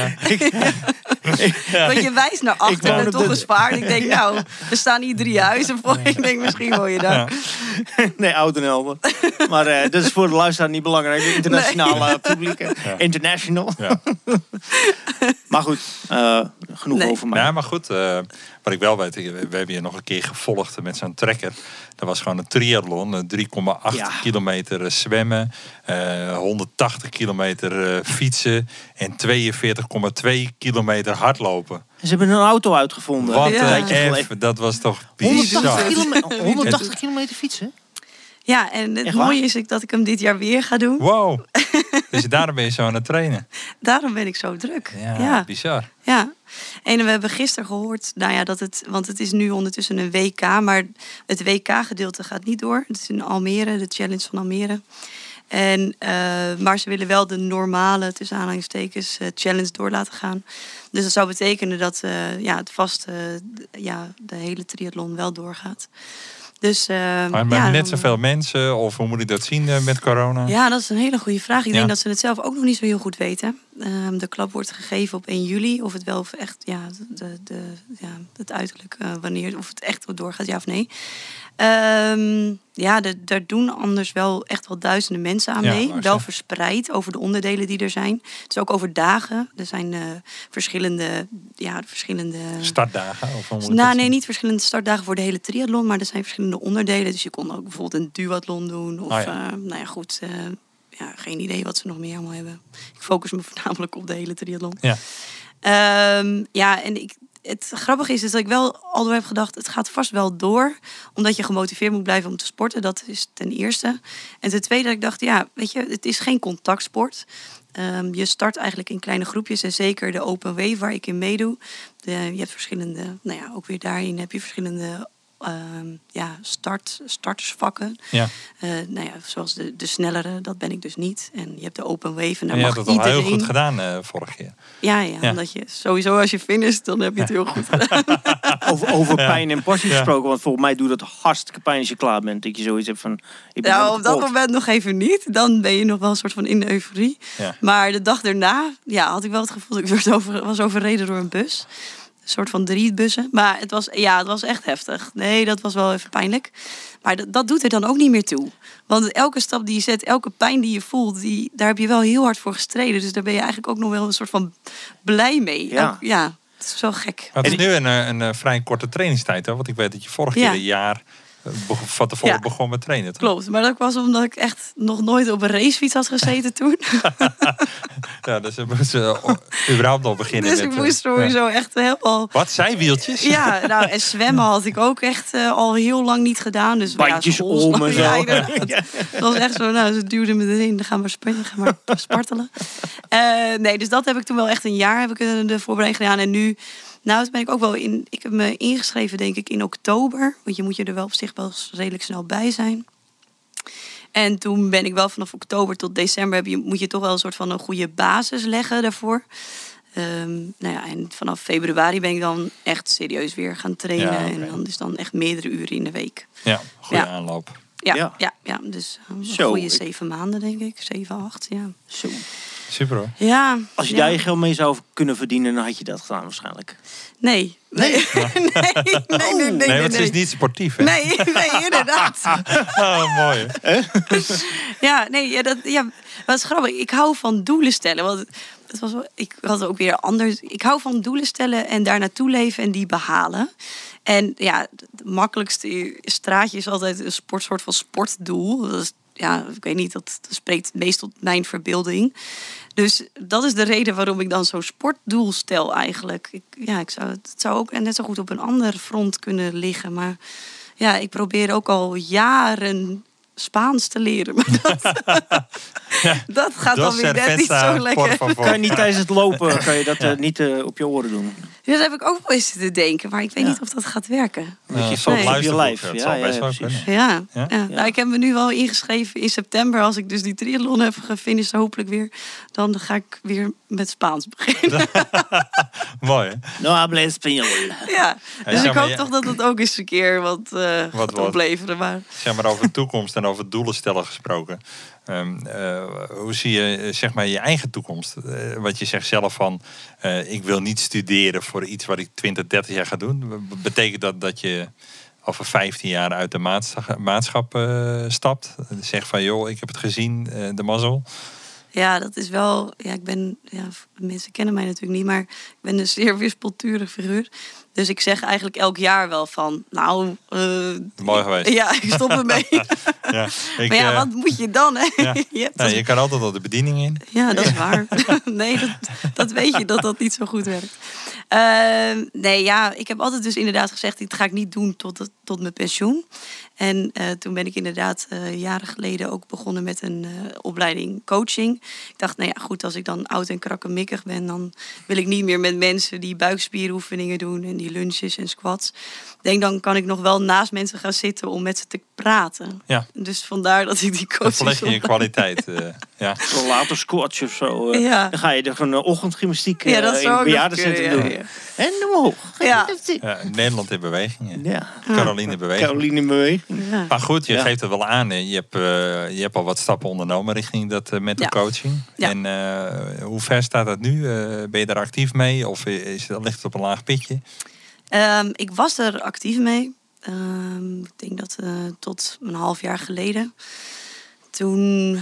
Speaker 2: Ja.
Speaker 4: Want je wijst naar achter en toch een spaar. Ik denk, er staan hier 3 huizen voor. Ik denk, misschien woon je daar.
Speaker 1: Ja. Nee, Oud en Helder. Maar dat is voor de luisteraar niet belangrijk. De internationale publiek. Ja. International. Ja. Maar goed, genoeg over mij.
Speaker 2: Ja, maar goed. Wat ik wel weet, we hebben je nog een keer gevolgd met zo'n trekker. Dat was gewoon een triathlon. 3,8 kilometer zwemmen. 180 kilometer fietsen. En 42,2 kilometer hardlopen.
Speaker 1: Ze hebben een auto uitgevonden.
Speaker 2: Wat een F, dat was toch bizar.
Speaker 1: 180 kilometer fietsen?
Speaker 4: Ja, en het mooie is dat ik hem dit jaar weer ga doen.
Speaker 2: Wow. Dus daarom ben je zo aan het trainen.
Speaker 4: Daarom ben ik zo druk.
Speaker 2: Ja, bizar.
Speaker 4: Ja. En we hebben gisteren gehoord, want het is nu ondertussen een WK, maar het WK-gedeelte gaat niet door. Het is in Almere, de challenge van Almere. En, maar ze willen wel de normale, tussen aanhalingstekens, challenge door laten gaan. Dus dat zou betekenen dat het de hele triathlon wel doorgaat. Dus,
Speaker 2: maar net zoveel mensen, of hoe moet ik dat zien met corona?
Speaker 4: Ja, dat is een hele goede vraag. Ik denk dat ze het zelf ook nog niet zo heel goed weten. De klap wordt gegeven op 1 juli. Of het wel of echt, het uiterlijk, wanneer, of het echt doorgaat, ja of nee. Daar doen anders wel echt wel duizenden mensen aan mee. Wel verspreid over de onderdelen die er zijn. Dus ook over dagen. Er zijn verschillende...
Speaker 2: Startdagen? Of
Speaker 4: nee, niet verschillende startdagen voor de hele triathlon. Maar er zijn verschillende onderdelen. Dus je kon ook bijvoorbeeld een duathlon doen. Of geen idee wat ze nog meer allemaal hebben. Ik focus me voornamelijk op de hele triathlon. Ja. Het grappige is dat ik wel al door heb gedacht, het gaat vast wel door. Omdat je gemotiveerd moet blijven om te sporten. Dat is ten eerste. En ten tweede dat ik dacht, het is geen contactsport. Je start eigenlijk in kleine groepjes. En zeker de open wave waar ik in meedoe. Je hebt verschillende, ook weer daarin heb je verschillende startersvakken. Ja. Zoals de snellere, dat ben ik dus niet. En je hebt de open wave en daar mag iedereen... Je hebt
Speaker 2: dat al heel goed gedaan vorig keer.
Speaker 4: Ja, omdat je sowieso als je finisht, dan heb je het heel goed gedaan.
Speaker 1: Over pijn en passie gesproken, want volgens mij doet het hartstikke pijn als je klaar bent. Dat je zoiets hebt van...
Speaker 4: op dat moment nog even niet. Dan ben je nog wel een soort van in de euforie. Ja. Maar de dag daarna, had ik wel het gevoel dat ik was overreden door een bus. Een soort van 3 bussen. Maar het was echt heftig. Nee, dat was wel even pijnlijk. Maar dat doet er dan ook niet meer toe. Want elke stap die je zet, elke pijn die je voelt, daar heb je wel heel hard voor gestreden. Dus daar ben je eigenlijk ook nog wel een soort van blij mee. Ja, het is wel gek.
Speaker 2: Maar het is nu een vrij korte trainingstijd. Hè? Want ik weet dat je vorig keer een jaar van tevoren begon met trainen. Toch?
Speaker 4: Klopt, maar dat was omdat ik echt nog nooit op een racefiets had gezeten toen.
Speaker 2: Dus we moesten überhaupt al beginnen.
Speaker 4: Dus ik moest sowieso echt helemaal...
Speaker 2: Wat, zijwieltjes?
Speaker 4: Ja, en zwemmen had ik ook echt al heel lang niet gedaan. Dus
Speaker 1: bandjes om en zo.
Speaker 4: Het was echt zo, ze duwden me erin. Dan gaan we spartelen. Dus dat heb ik toen wel echt een jaar heb ik de voorbereiding gedaan. En nu... toen ben ik ook wel ik heb me ingeschreven denk ik in oktober. Want je moet je er wel op zich wel redelijk snel bij zijn. En toen ben ik wel vanaf oktober tot december moet je toch wel een soort van een goede basis leggen daarvoor. En vanaf februari ben ik dan echt serieus weer gaan trainen. Ja, okay. En dan is dan echt meerdere uren in de week.
Speaker 2: Ja, goede aanloop.
Speaker 4: Ja, dus een goede 7 maanden denk ik. 7, 8, ja.
Speaker 2: Zo super hoor.
Speaker 4: Ja.
Speaker 1: Als je daar je geld mee zou kunnen verdienen, dan had je dat gedaan waarschijnlijk.
Speaker 4: Nee. Nee,
Speaker 2: want het is niet sportief, hè?
Speaker 4: Nee, inderdaad.
Speaker 2: Mooi, hè?
Speaker 4: Dat is grappig. Ik hou van doelen stellen. Want ik had ook weer anders. Ik hou van doelen stellen en daar naartoe leven en die behalen. En ja, het makkelijkste straatje is altijd een soort van sportdoel. Dat is, ik weet niet, dat spreekt het meest tot mijn verbeelding. Dus dat is de reden waarom ik dan zo'n sportdoel stel eigenlijk. Het zou ook net zo goed op een ander front kunnen liggen. Maar ja, ik probeer ook al jaren Spaans te leren. Maar dat gaat dan weer net niet zo lekker.
Speaker 1: Kan je niet tijdens het lopen niet op je oren doen?
Speaker 4: Dat heb ik ook wel eens te denken. Maar ik weet niet of dat gaat werken.
Speaker 1: Je focus op je lijf.
Speaker 4: Nou, ik heb me nu wel ingeschreven in september. Als ik dus die triathlon heb gefinished, hopelijk weer. Dan ga ik weer met Spaans beginnen.
Speaker 2: Mooi, hè?
Speaker 1: No habla español.
Speaker 4: Ja, dus ik hoop toch dat het ook eens een keer wat gaat opleveren. Maar.
Speaker 2: Zeg maar over de toekomst en over doelen stellen gesproken. Hoe zie je zeg maar je eigen toekomst? Wat je zegt zelf van, ik wil niet studeren voor iets wat ik 20, 30 jaar ga doen. Betekent dat je over 15 jaar uit de maatschap stapt? Zeg van, joh, ik heb het gezien, de mazzel.
Speaker 4: Ja, dat is wel. Mensen kennen mij natuurlijk niet, maar ik ben een zeer wispelturig figuur. Dus ik zeg eigenlijk elk jaar wel van,
Speaker 2: mooi geweest.
Speaker 4: Ja, ik stop ermee. Maar wat moet je dan? Hè?
Speaker 2: Ja. Je kan altijd al de bediening in.
Speaker 4: Ja, dat is waar. Nee, dat weet je dat niet zo goed werkt. Ik heb altijd dus inderdaad gezegd, dit ga ik niet doen tot mijn pensioen. En toen ben ik inderdaad jaren geleden ook begonnen met een opleiding coaching. Ik dacht, als ik dan oud en krakkemikkig ben, dan wil ik niet meer met mensen die buikspieroefeningen doen en die lunches en squats. Ik denk, dan kan ik nog wel naast mensen gaan zitten om met ze te praten. Ja. Dus vandaar dat ik die coaching...
Speaker 2: Dan verleg je kwaliteit.
Speaker 1: Zo later squats of zo. Dan ga je er gewoon ochtendgymnastiek in de bejaardencentrum doen. Ja. En omhoog.
Speaker 2: Nederland in beweging.
Speaker 1: Ja.
Speaker 2: Caroline in beweging.
Speaker 1: Caroline in beweging.
Speaker 2: Ja. Maar goed, je geeft het wel aan. Je hebt al wat stappen ondernomen richting dat mental coaching. Ja. En hoe ver staat dat nu? Ben je daar actief mee? Of ligt het op een laag pitje?
Speaker 4: Ik was er actief mee. Ik denk dat tot een half jaar geleden. Toen,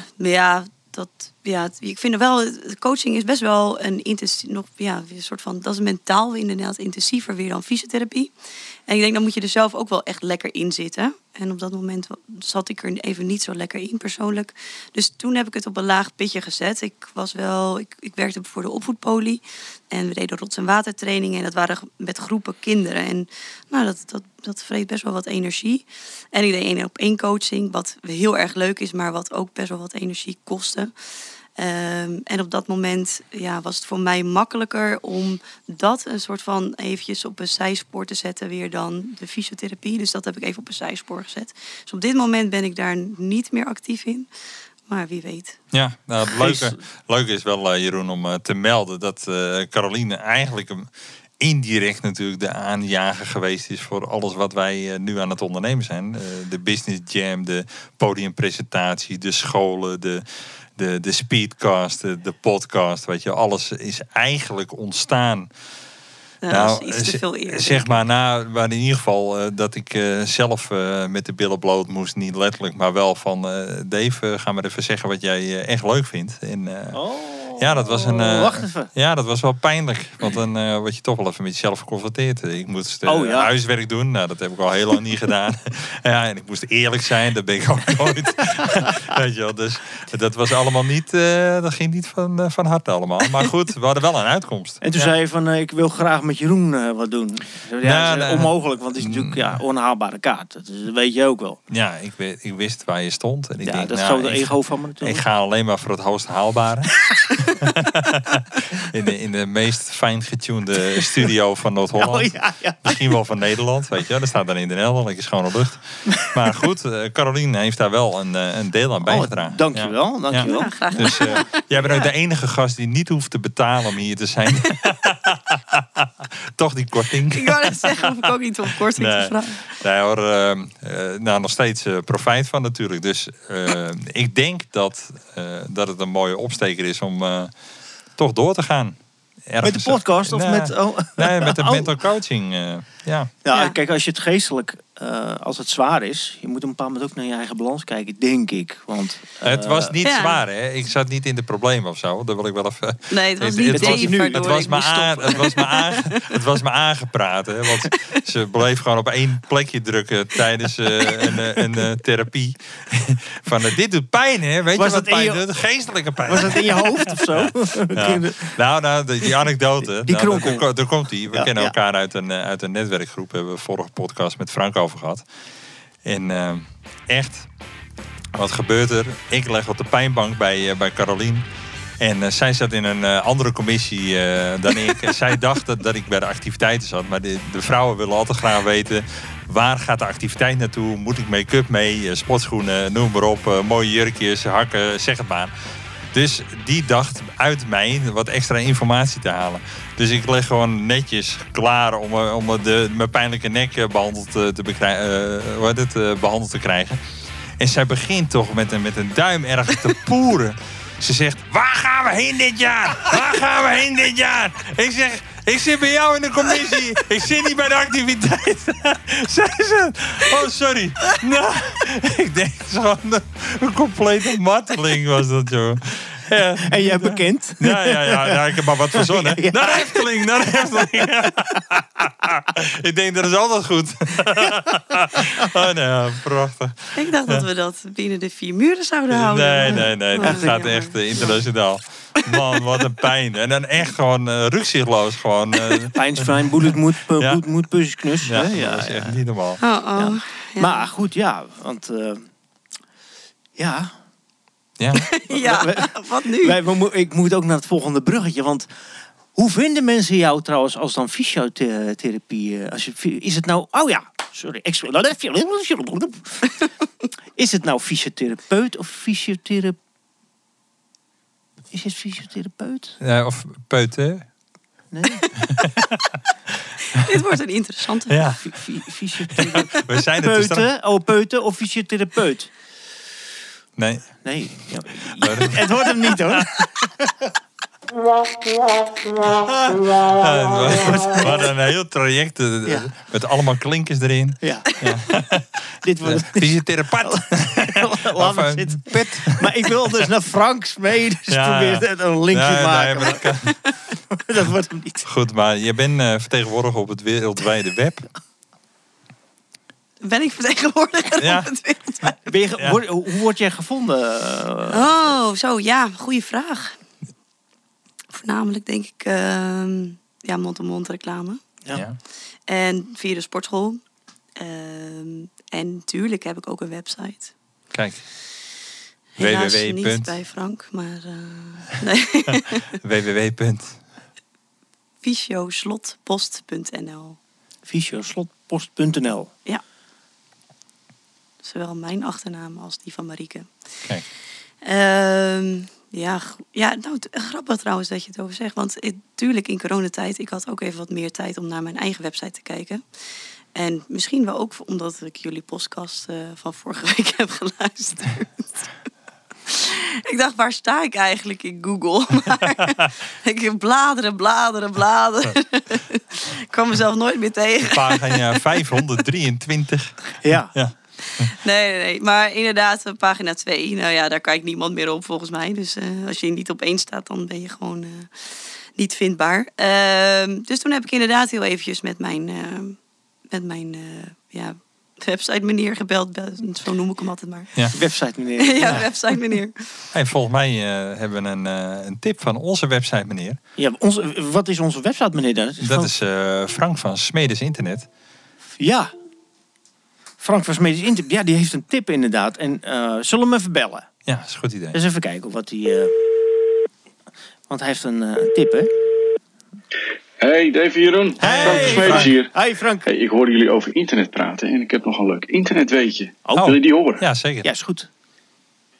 Speaker 4: ik vind wel, coaching is best wel een intensief, een soort van, dat is mentaal inderdaad intensiever weer dan fysiotherapie. En ik denk, dan moet je er zelf ook wel echt lekker in zitten. En op dat moment zat ik er even niet zo lekker in persoonlijk. Dus toen heb ik het op een laag pitje gezet. Ik werkte voor de opvoedpolie. En we deden rots- en watertrainingen. En dat waren met groepen kinderen. En dat vreet best wel wat energie. En ik deed 1-op-1 coaching. Wat heel erg leuk is, maar wat ook best wel wat energie kostte. En op dat moment was het voor mij makkelijker om dat een soort van eventjes op een zijspoor te zetten weer dan de fysiotherapie. Dus dat heb ik even op een zijspoor gezet. Dus op dit moment ben ik daar niet meer actief in. Maar wie weet.
Speaker 2: Ja, nou, het leuke is wel, Jeroen, om te melden dat Caroline eigenlijk indirect natuurlijk de aanjager geweest is voor alles wat wij nu aan het ondernemen zijn. De Business Jam, de podiumpresentatie, de scholen, de speedcast, de podcast, weet je, alles is eigenlijk ontstaan.
Speaker 4: Dat is iets te veel eerder.
Speaker 2: Zeg maar, maar in ieder geval dat ik zelf met de billen bloot moest, niet letterlijk, maar wel van Dave, ga maar even zeggen wat jij echt leuk vindt. En, ja, dat was
Speaker 1: wacht even.
Speaker 2: Ja, dat was wel pijnlijk. Want dan word je toch wel even met jezelf geconfronteerd. Ik moest huiswerk doen. Nou, dat heb ik al heel lang niet gedaan. Ja, en ik moest eerlijk zijn. Dat ben ik ook nooit. Weet je wel, dus dat was allemaal niet... dat ging niet van harte allemaal. Maar goed, we hadden wel een uitkomst.
Speaker 1: En toen zei je van, ik wil graag met Jeroen wat doen. Ja, dat is onmogelijk, want het is natuurlijk onhaalbare kaart. Dat weet je ook wel.
Speaker 2: Ja, ik wist waar je stond. En ik denk,
Speaker 1: dat is gewoon de ego van me natuurlijk.
Speaker 2: Ik ga alleen maar voor het hoogst haalbare. in de meest fijn getunede studio van Noord-Holland. Misschien wel van Nederland, weet je. Dat staat dan in de Nederland, lekker schone lucht. Maar goed, Caroline heeft daar wel een deel aan bijgedragen.
Speaker 1: Dankjewel.
Speaker 4: Ja, graag.
Speaker 2: Dus jij bent ook de enige gast die niet hoeft te betalen om hier te zijn. toch die korting.
Speaker 4: Ik wou net zeggen, of ik ook niet om korting te vragen.
Speaker 2: Nee hoor, nog steeds profijt van natuurlijk. Dus ik denk dat het een mooie opsteker is om toch door te gaan.
Speaker 1: Met de podcast of met...
Speaker 2: Nee, met de mental coaching. Ja,
Speaker 1: kijk, als je het geestelijk... als het zwaar is, je moet op een bepaald moment ook naar je eigen balans kijken, denk ik. Want,
Speaker 2: het was niet zwaar, hè? Ik zat niet in de problemen of zo. Dat wil ik wel even...
Speaker 4: Nee, het was niet
Speaker 2: het was me aangepraat, hè? Want ze bleef gewoon op één plekje drukken tijdens een therapie. Van, dit doet pijn, hè? Weet je wat pijn doet? Geestelijke pijn.
Speaker 1: Was dat in je hoofd of zo?
Speaker 2: Nou, die anekdote.
Speaker 1: Die kronkel.
Speaker 2: Daar komt die. We kennen elkaar uit een netwerkgroep. Hebben we vorige podcast met Frank over gehad. En echt, wat gebeurt er? Ik leg op de pijnbank bij Carolien. En zij zat in een andere commissie dan ik. En zij dacht dat ik bij de activiteiten zat. Maar de vrouwen willen altijd graag weten... waar gaat de activiteit naartoe? Moet ik make-up mee? Sportschoenen, noem maar op. Mooie jurkjes, hakken, zeg het maar. Dus die dacht uit mij wat extra informatie te halen. Dus ik leg gewoon netjes klaar om mijn pijnlijke nek behandeld te krijgen. En zij begint toch met een duim ergens te poeren. Ze zegt, waar gaan we heen dit jaar? Waar gaan we heen dit jaar? Ik zeg, ik zit bij jou in de commissie. Ik zit niet bij de activiteit. Zei ze, oh sorry. Nou, ik denk gewoon een complete marteling was dat, joh. Ja.
Speaker 1: En jij bekend?
Speaker 2: Ja, ik heb maar wat verzonnen.
Speaker 1: Ja.
Speaker 2: Naar Efteling. Ik denk, dat is altijd goed. Prachtig.
Speaker 4: Ik dacht dat we dat binnen de 4 muren zouden houden.
Speaker 2: Nee. Dat gaat echt internationaal. Man, wat een pijn. En dan echt gewoon rukzichtloos.
Speaker 1: Pijnsvrij, bloed, puzzeknus.
Speaker 2: Ja, dat is echt niet normaal.
Speaker 4: Ja.
Speaker 1: Maar goed, want... Ja,
Speaker 4: wat nu?
Speaker 1: Ik moet ook naar het volgende bruggetje. Want hoe vinden mensen jou trouwens als dan fysiotherapie? Is het nou... Oh ja, sorry. Is het nou fysiotherapeut of fysiotherapeut? Is het fysiotherapeut?
Speaker 2: Of peuter?
Speaker 1: Nee.
Speaker 4: Dit wordt een interessante.
Speaker 2: Ja.
Speaker 1: Fysiotherapeut.
Speaker 2: We zijn het
Speaker 1: peuten of fysiotherapeut?
Speaker 2: Nee.
Speaker 1: Ja. Het wordt hem niet, hoor.
Speaker 2: We hadden een heel traject met allemaal klinkers erin.
Speaker 1: Ja. Dit wordt
Speaker 2: fysiotherapeut.
Speaker 1: Laat me zitten. Pet. Maar ik wil dus naar Franks mee. Dus probeer een linkje maken.
Speaker 2: Nee,
Speaker 1: dat wordt hem niet.
Speaker 2: Goed, maar je bent vertegenwoordiger op het wereldwijde web.
Speaker 4: Ben ik vertegenwoordiger op het wereldwijde?
Speaker 1: Hoe word jij gevonden?
Speaker 4: Goede vraag. Voornamelijk denk ik mond-to-mond reclame.
Speaker 1: Ja.
Speaker 4: En via de sportschool. En natuurlijk heb ik ook een website.
Speaker 2: Kijk.
Speaker 4: Helaas niet bij Frank, maar... www.fysioslotpost.nl
Speaker 1: Fysioslotpost.nl.
Speaker 4: Ja. Zowel mijn achternaam als die van Marieke.
Speaker 2: Kijk.
Speaker 4: Grappig trouwens dat je het over zegt. Want natuurlijk in coronatijd, ik had ook even wat meer tijd om naar mijn eigen website te kijken. En misschien wel ook omdat ik jullie podcast van vorige week heb geluisterd. Ik dacht, waar sta ik eigenlijk in Google? Maar ik heb bladeren. Ik kwam mezelf nooit meer tegen.
Speaker 2: Pagina 523.
Speaker 1: Ja.
Speaker 4: Nee. Maar inderdaad, pagina 2. Nou ja, daar kijkt niemand meer op volgens mij. Dus als je niet op 1 staat, dan ben je gewoon niet vindbaar. Dus toen heb ik inderdaad heel eventjes met mijn website meneer gebeld. Zo noem ik hem altijd maar.
Speaker 2: Ja.
Speaker 1: Website meneer.
Speaker 4: Website meneer.
Speaker 2: Hey, volgens mij hebben we een tip van onze website meneer.
Speaker 1: Ja, wat is onze website meneer dan?
Speaker 2: Dat is Frank van Smedes Internet.
Speaker 1: Ja. Frank van Smedes Internet. Ja, die heeft een tip inderdaad. En zullen we hem even bellen?
Speaker 2: Ja, dat is een goed idee.
Speaker 1: Dus even kijken wat hij... want hij heeft een tip, hè?
Speaker 5: Hey, Dave Jeroen.
Speaker 1: Hey,
Speaker 5: Frank van Smedes hier.
Speaker 1: Hi Frank.
Speaker 5: Hey, ik hoorde jullie over internet praten en ik heb nog een leuk internetweetje.
Speaker 2: Oh.
Speaker 5: Wil je die horen?
Speaker 2: Ja, zeker.
Speaker 1: Ja, is goed.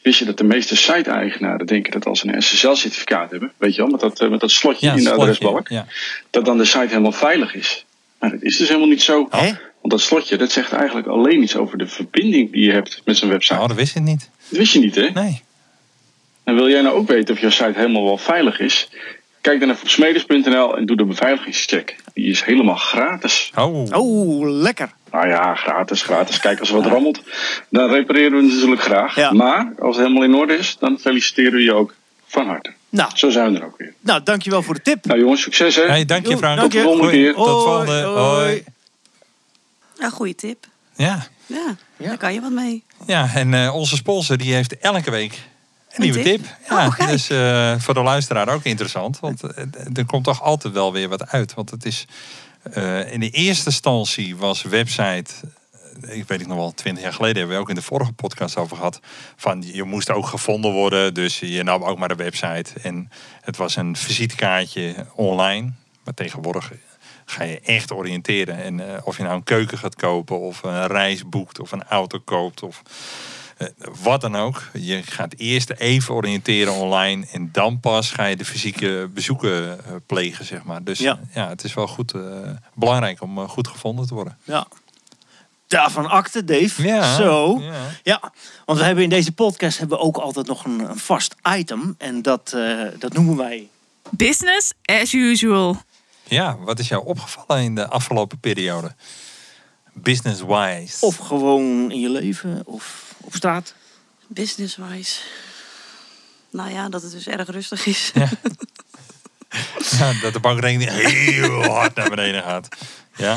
Speaker 5: Wist je dat de meeste site-eigenaren denken dat als ze een SSL-certificaat hebben, weet je wel, met dat slotje in de adresbalk, dat dan de site helemaal veilig is. Maar dat is dus helemaal niet zo.
Speaker 1: Hè?
Speaker 5: Want dat slotje, dat zegt eigenlijk alleen iets over de verbinding die je hebt met zo'n website.
Speaker 2: Oh, dat wist ik niet.
Speaker 5: Dat wist je niet, hè?
Speaker 2: Nee.
Speaker 5: En wil jij nou ook weten of jouw site helemaal wel veilig is? Kijk dan even op smedes.nl en doe de beveiligingscheck. Die is helemaal gratis.
Speaker 1: Oh, lekker.
Speaker 5: Nou ja, gratis. Kijk, als er wat rammelt, dan repareren we het natuurlijk graag.
Speaker 1: Ja.
Speaker 5: Maar als het helemaal in orde is, dan feliciteren we je ook van harte.
Speaker 1: Nou.
Speaker 5: Zo zijn we er ook weer.
Speaker 1: Nou, dankjewel voor de tip.
Speaker 5: Nou jongens, succes hè.
Speaker 2: Hey, dank je Frank.
Speaker 1: Dank je.
Speaker 5: Tot de volgende keer.
Speaker 2: Tot de volgende. Hoi.
Speaker 4: Ja, goede tip.
Speaker 2: Ja.
Speaker 4: Ja, daar kan je wat mee.
Speaker 2: Ja, en onze sponsor die heeft elke week een nieuwe tip. Ja,
Speaker 4: kijk.
Speaker 2: dus voor de luisteraar ook interessant. Want er komt toch altijd wel weer wat uit. Want het is in de eerste instantie was website, ik weet het nog wel, 20 jaar geleden hebben we ook in de vorige podcast over gehad, van je moest ook gevonden worden, dus je nam ook maar de website. En het was een visitekaartje online, maar tegenwoordig ga je echt oriënteren. En of je nou een keuken gaat kopen, of een reis boekt, of een auto koopt, of wat dan ook. Je gaat eerst even oriënteren online en dan pas ga je de fysieke bezoeken plegen, zeg maar. Dus ja, het is wel goed belangrijk om goed gevonden te worden.
Speaker 1: Ja. Daarvan akte, Dave.
Speaker 2: Ja,
Speaker 1: Zo. Ja, want we hebben in deze podcast hebben we ook altijd nog een vast item. En dat noemen wij...
Speaker 3: Business as usual.
Speaker 2: Ja, wat is jou opgevallen in de afgelopen periode? Business-wise.
Speaker 1: Of gewoon in je leven, of op straat.
Speaker 4: Business-wise. Nou ja, dat het dus erg rustig is.
Speaker 2: Ja. Ja, dat de bankrekening heel hard naar beneden gaat. Ja?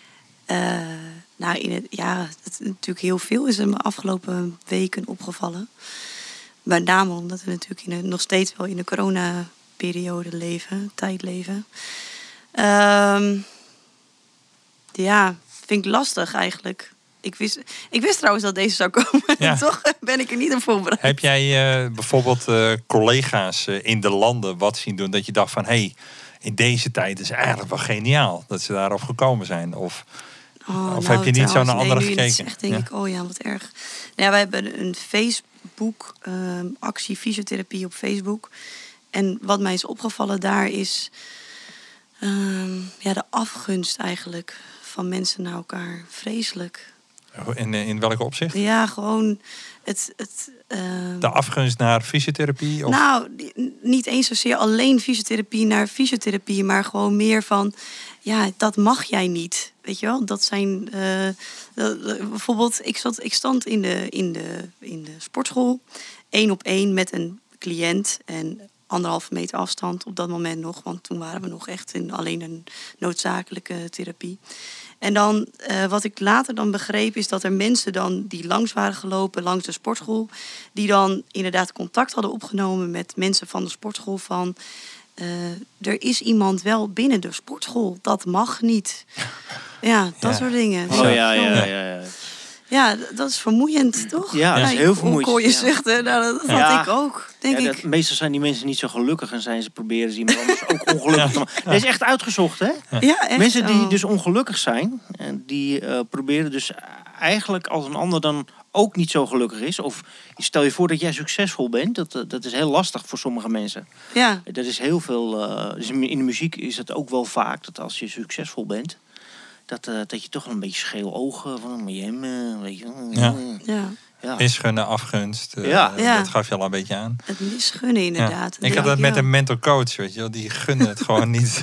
Speaker 4: Nou, het natuurlijk heel veel is er me afgelopen weken opgevallen. Met name omdat we natuurlijk nog steeds wel in de corona-periode tijd leven. Ja, vind ik lastig eigenlijk. Ik wist trouwens dat deze zou komen. Ja. Toch ben ik er niet op voorbereid.
Speaker 2: Heb jij bijvoorbeeld collega's in de landen wat zien doen dat je dacht van hey, in deze tijd is eigenlijk wel geniaal dat ze daarop gekomen zijn? Of heb je niet zo naar anderen gekeken?
Speaker 4: Zegt, denk ik, oh ja, wat erg. Nou ja, wij hebben een Facebook actie fysiotherapie op Facebook. En wat mij is opgevallen daar is de afgunst eigenlijk van mensen naar elkaar. Vreselijk.
Speaker 2: In welke opzicht?
Speaker 4: Ja, gewoon
Speaker 2: de afgunst naar fysiotherapie? Of?
Speaker 4: Nou, niet eens zozeer alleen fysiotherapie naar fysiotherapie, maar gewoon meer van, ja, dat mag jij niet. Weet je wel? Dat zijn bijvoorbeeld, ik stond in de sportschool 1-op-1 met een cliënt en 1,5 meter afstand op dat moment nog, want toen waren we nog echt in alleen een noodzakelijke therapie. En dan, wat ik later dan begreep, is dat er mensen dan die langs waren gelopen langs de sportschool, die dan inderdaad contact hadden opgenomen met mensen van de sportschool van, er is iemand wel binnen de sportschool, dat mag niet. Ja, dat soort dingen.
Speaker 1: Oh ja.
Speaker 4: Ja, dat is vermoeiend, toch?
Speaker 1: Ja, dat is heel vermoeiend.
Speaker 4: Hoe kon je zuchten? Nou, dat had ik ook, denk ik.
Speaker 1: Meestal zijn die mensen niet zo gelukkig en proberen ze iemand anders ook ongelukkig te maken. Dat is echt uitgezocht, hè?
Speaker 4: Ja, echt.
Speaker 1: Mensen die dus ongelukkig zijn, en die proberen dus eigenlijk als een ander dan ook niet zo gelukkig is. Of stel je voor dat jij succesvol bent. Dat is heel lastig voor sommige mensen.
Speaker 4: Ja.
Speaker 1: Dat is heel veel. Dus in de muziek is het ook wel vaak dat als je succesvol bent, dat je toch een beetje scheel ogen van weet je.
Speaker 4: Ja.
Speaker 2: Misgunnen, afgunst. Dat gaf je al een beetje aan.
Speaker 4: Het misgunnen inderdaad.
Speaker 2: Ja. Ik had dat met een mental coach, weet je wel. Die gunde het gewoon niet.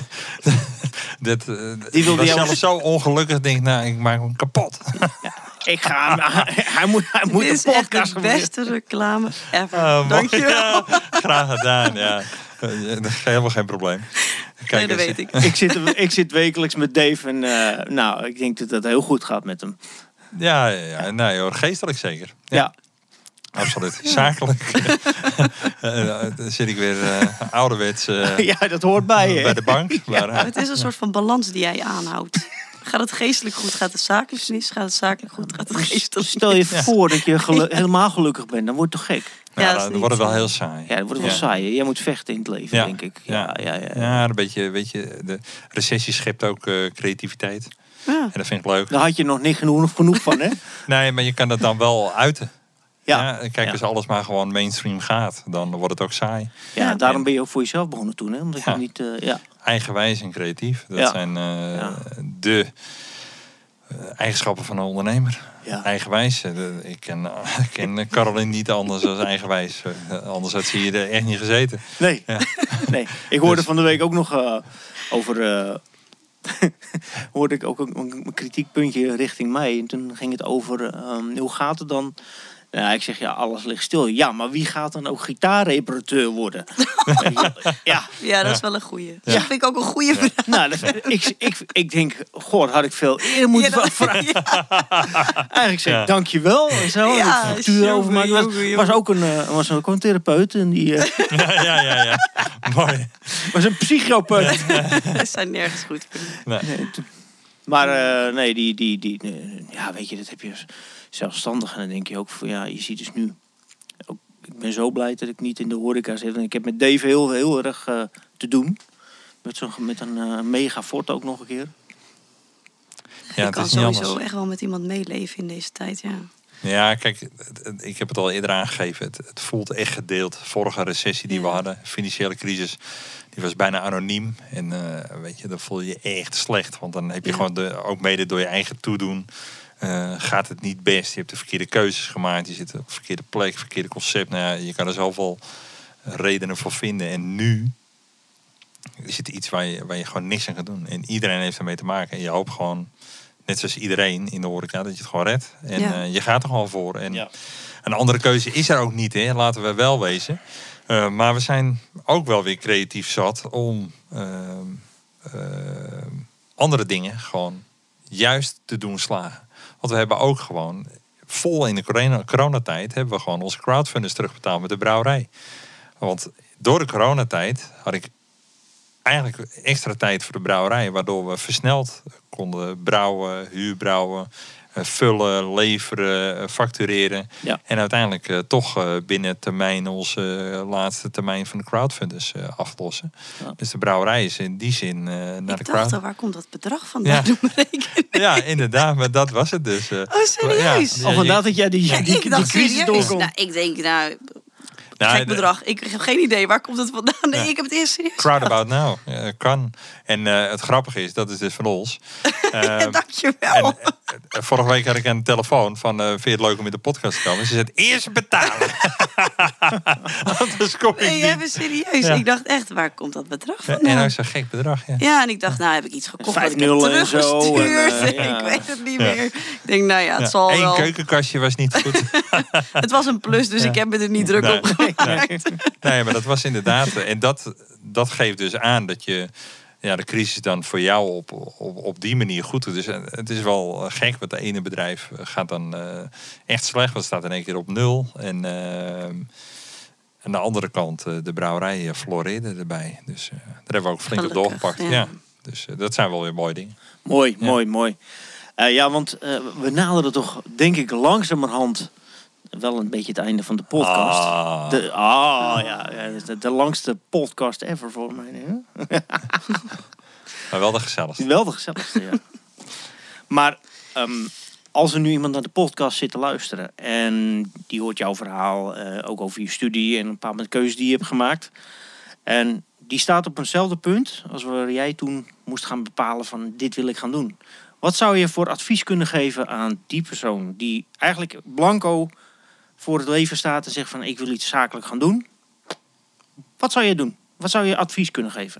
Speaker 2: Die wilde zelf zo ongelukkig. Denk nou, ik maak hem kapot.
Speaker 1: Ja. Hij moet een podcast
Speaker 4: de beste reclame ever.
Speaker 1: Dankjewel.
Speaker 2: Ja, graag gedaan, ja. Helemaal geen probleem.
Speaker 4: Kijk, dat weet ik.
Speaker 1: Ik zit wekelijks met Dave en ik denk dat het heel goed gaat met hem.
Speaker 2: Ja, nee hoor, geestelijk zeker. Ja. Absoluut. Zakelijk. Dan zit ik weer ouderwets
Speaker 1: ja, dat hoort bij
Speaker 2: de bank. Maar,
Speaker 4: het is een soort van balans die jij aanhoudt. Gaat het geestelijk goed, gaat het zakelijk mis. Gaat het zakelijk goed, gaat het geestelijk
Speaker 1: Stel je voor dat je helemaal gelukkig bent, dan wordt het toch gek?
Speaker 2: Ja, dan wordt het wel heel saai.
Speaker 1: Ja, dan wordt het wel saai. Jij moet vechten in het leven, denk ik. Ja,
Speaker 2: een beetje, weet je, de recessie schept ook creativiteit.
Speaker 4: Ja.
Speaker 2: En dat vind ik leuk.
Speaker 1: Daar had je nog niet genoeg van, hè?
Speaker 2: Nee, maar je kan dat dan wel uiten. Ja, kijk, als alles maar gewoon mainstream gaat, dan wordt het ook saai.
Speaker 1: Ja, daarom ben je ook voor jezelf begonnen toen, hè? Omdat je niet...
Speaker 2: Eigenwijs en creatief. Dat zijn de eigenschappen van een ondernemer. Ja. Eigenwijs. Ik ken Caroline niet anders dan eigenwijs. Anders had ze hier echt niet gezeten.
Speaker 1: Nee. Ja. Nee. Ik hoorde van de week ook nog over... hoorde ik ook een kritiekpuntje richting mij. En toen ging het over... hoe gaat het dan... Ja, ik zeg, alles ligt stil. Ja, maar wie gaat dan ook gitaarreparateur worden?
Speaker 4: Ja, dat is wel een goeie. Ja. Dat vind ik ook een goeie vraag.
Speaker 1: Nou, ik denk, god, had ik veel eerder moeten vragen. Eigenlijk zeg ik, dankjewel. En zo, was ook een therapeut. En die,
Speaker 2: ja. Mooi.
Speaker 1: Was een psychopeut.
Speaker 4: Dat zijn nergens goed voor.
Speaker 1: Nee. Maar weet je, dat heb je zelfstandig. En dan denk je ook van, je ziet dus nu... Ook, ik ben zo blij dat ik niet in de horeca zit. En ik heb met Dave heel erg te doen. Met een mega fort ook nog een keer.
Speaker 4: Ja, ik kan sowieso echt wel met iemand meeleven in deze tijd,
Speaker 2: Ja, kijk, ik heb het al eerder aangegeven. Het voelt echt gedeeld. Vorige recessie die we hadden, financiële crisis, die was bijna anoniem. En weet je, dan voel je je echt slecht. Want dan heb je gewoon ook mede door je eigen toedoen... gaat het niet best. Je hebt de verkeerde keuzes gemaakt. Je zit op de verkeerde plek, verkeerde concept. Nou ja, je kan er zoveel redenen voor vinden. En nu is het iets waar je gewoon niks aan kan doen. En iedereen heeft ermee te maken. En je hoopt gewoon, net zoals iedereen in de horeca, dat je het gewoon redt. En je gaat er gewoon voor. En een andere keuze is er ook niet, hè? Laten we wel wezen. Maar we zijn ook wel weer creatief zat om andere dingen gewoon juist te doen slagen. Want we hebben ook gewoon vol in de coronatijd hebben we gewoon onze crowdfunders terugbetaald met de brouwerij. Want door de coronatijd had ik eigenlijk extra tijd voor de brouwerij, waardoor we versneld konden brouwen, huurbrouwen, vullen, leveren, factureren. Ja. En uiteindelijk toch binnen termijn onze laatste termijn van de crowdfunders aflossen. Ja. Dus de brouwerij is in die zin naar de crowd.
Speaker 4: Waar komt dat bedrag vandaan?
Speaker 2: Ja, inderdaad, maar dat was het dus.
Speaker 4: Serieus?
Speaker 1: Of vandaar dat jij die crisis doorkomt.
Speaker 4: Nou, ik denk, gek bedrag. Ik heb geen idee. Waar komt het vandaan? Nee, ik heb het eerst serieus.
Speaker 2: Crowd about now. Kan. En het grappige is, dat is dus van ons.
Speaker 4: Dankjewel.
Speaker 2: Vorige week had ik aan de telefoon van, vind je het leuk om in de podcast te komen? Ze zei, eerst betalen. Anders kom ik niet.
Speaker 4: Even serieus. Ja. Ik dacht echt, waar komt dat bedrag vandaan?
Speaker 2: En nou is een gek bedrag.
Speaker 4: Ja, en ik dacht, heb ik iets gekocht wat ik heb teruggestuurd. Ik weet het niet meer. Ik denk, het zal wel.
Speaker 2: Eén keukenkastje was niet goed.
Speaker 4: Het was een plus, dus ik heb me er niet druk op gemaakt.
Speaker 2: Nee, maar dat was inderdaad. En dat geeft dus aan dat je de crisis dan voor jou op die manier goed doet. Dus het is wel gek, want de ene bedrijf gaat dan echt slecht, want het staat in één keer op 0. En aan de andere kant, de brouwerij floreerde erbij. Dus daar hebben we ook flink op doorgepakt. Ja. Dus dat zijn wel weer mooie dingen.
Speaker 1: Mooi. Want we naderen toch, denk ik, langzamerhand wel een beetje het einde van de podcast. De langste podcast ever voor mij. Hè?
Speaker 2: Maar wel de gezelligste.
Speaker 1: Wel de gezelligste, ja. Maar als er nu iemand naar de podcast zit te luisteren en die hoort jouw verhaal, ook over je studie en een paar met keuzes die je hebt gemaakt. En die staat op eenzelfde punt als waar jij toen moest gaan bepalen van dit wil ik gaan doen. Wat zou je voor advies kunnen geven aan die persoon die eigenlijk blanco voor het leven staat en zegt van ik wil iets zakelijk gaan doen? Wat zou je doen? Wat zou je advies kunnen geven?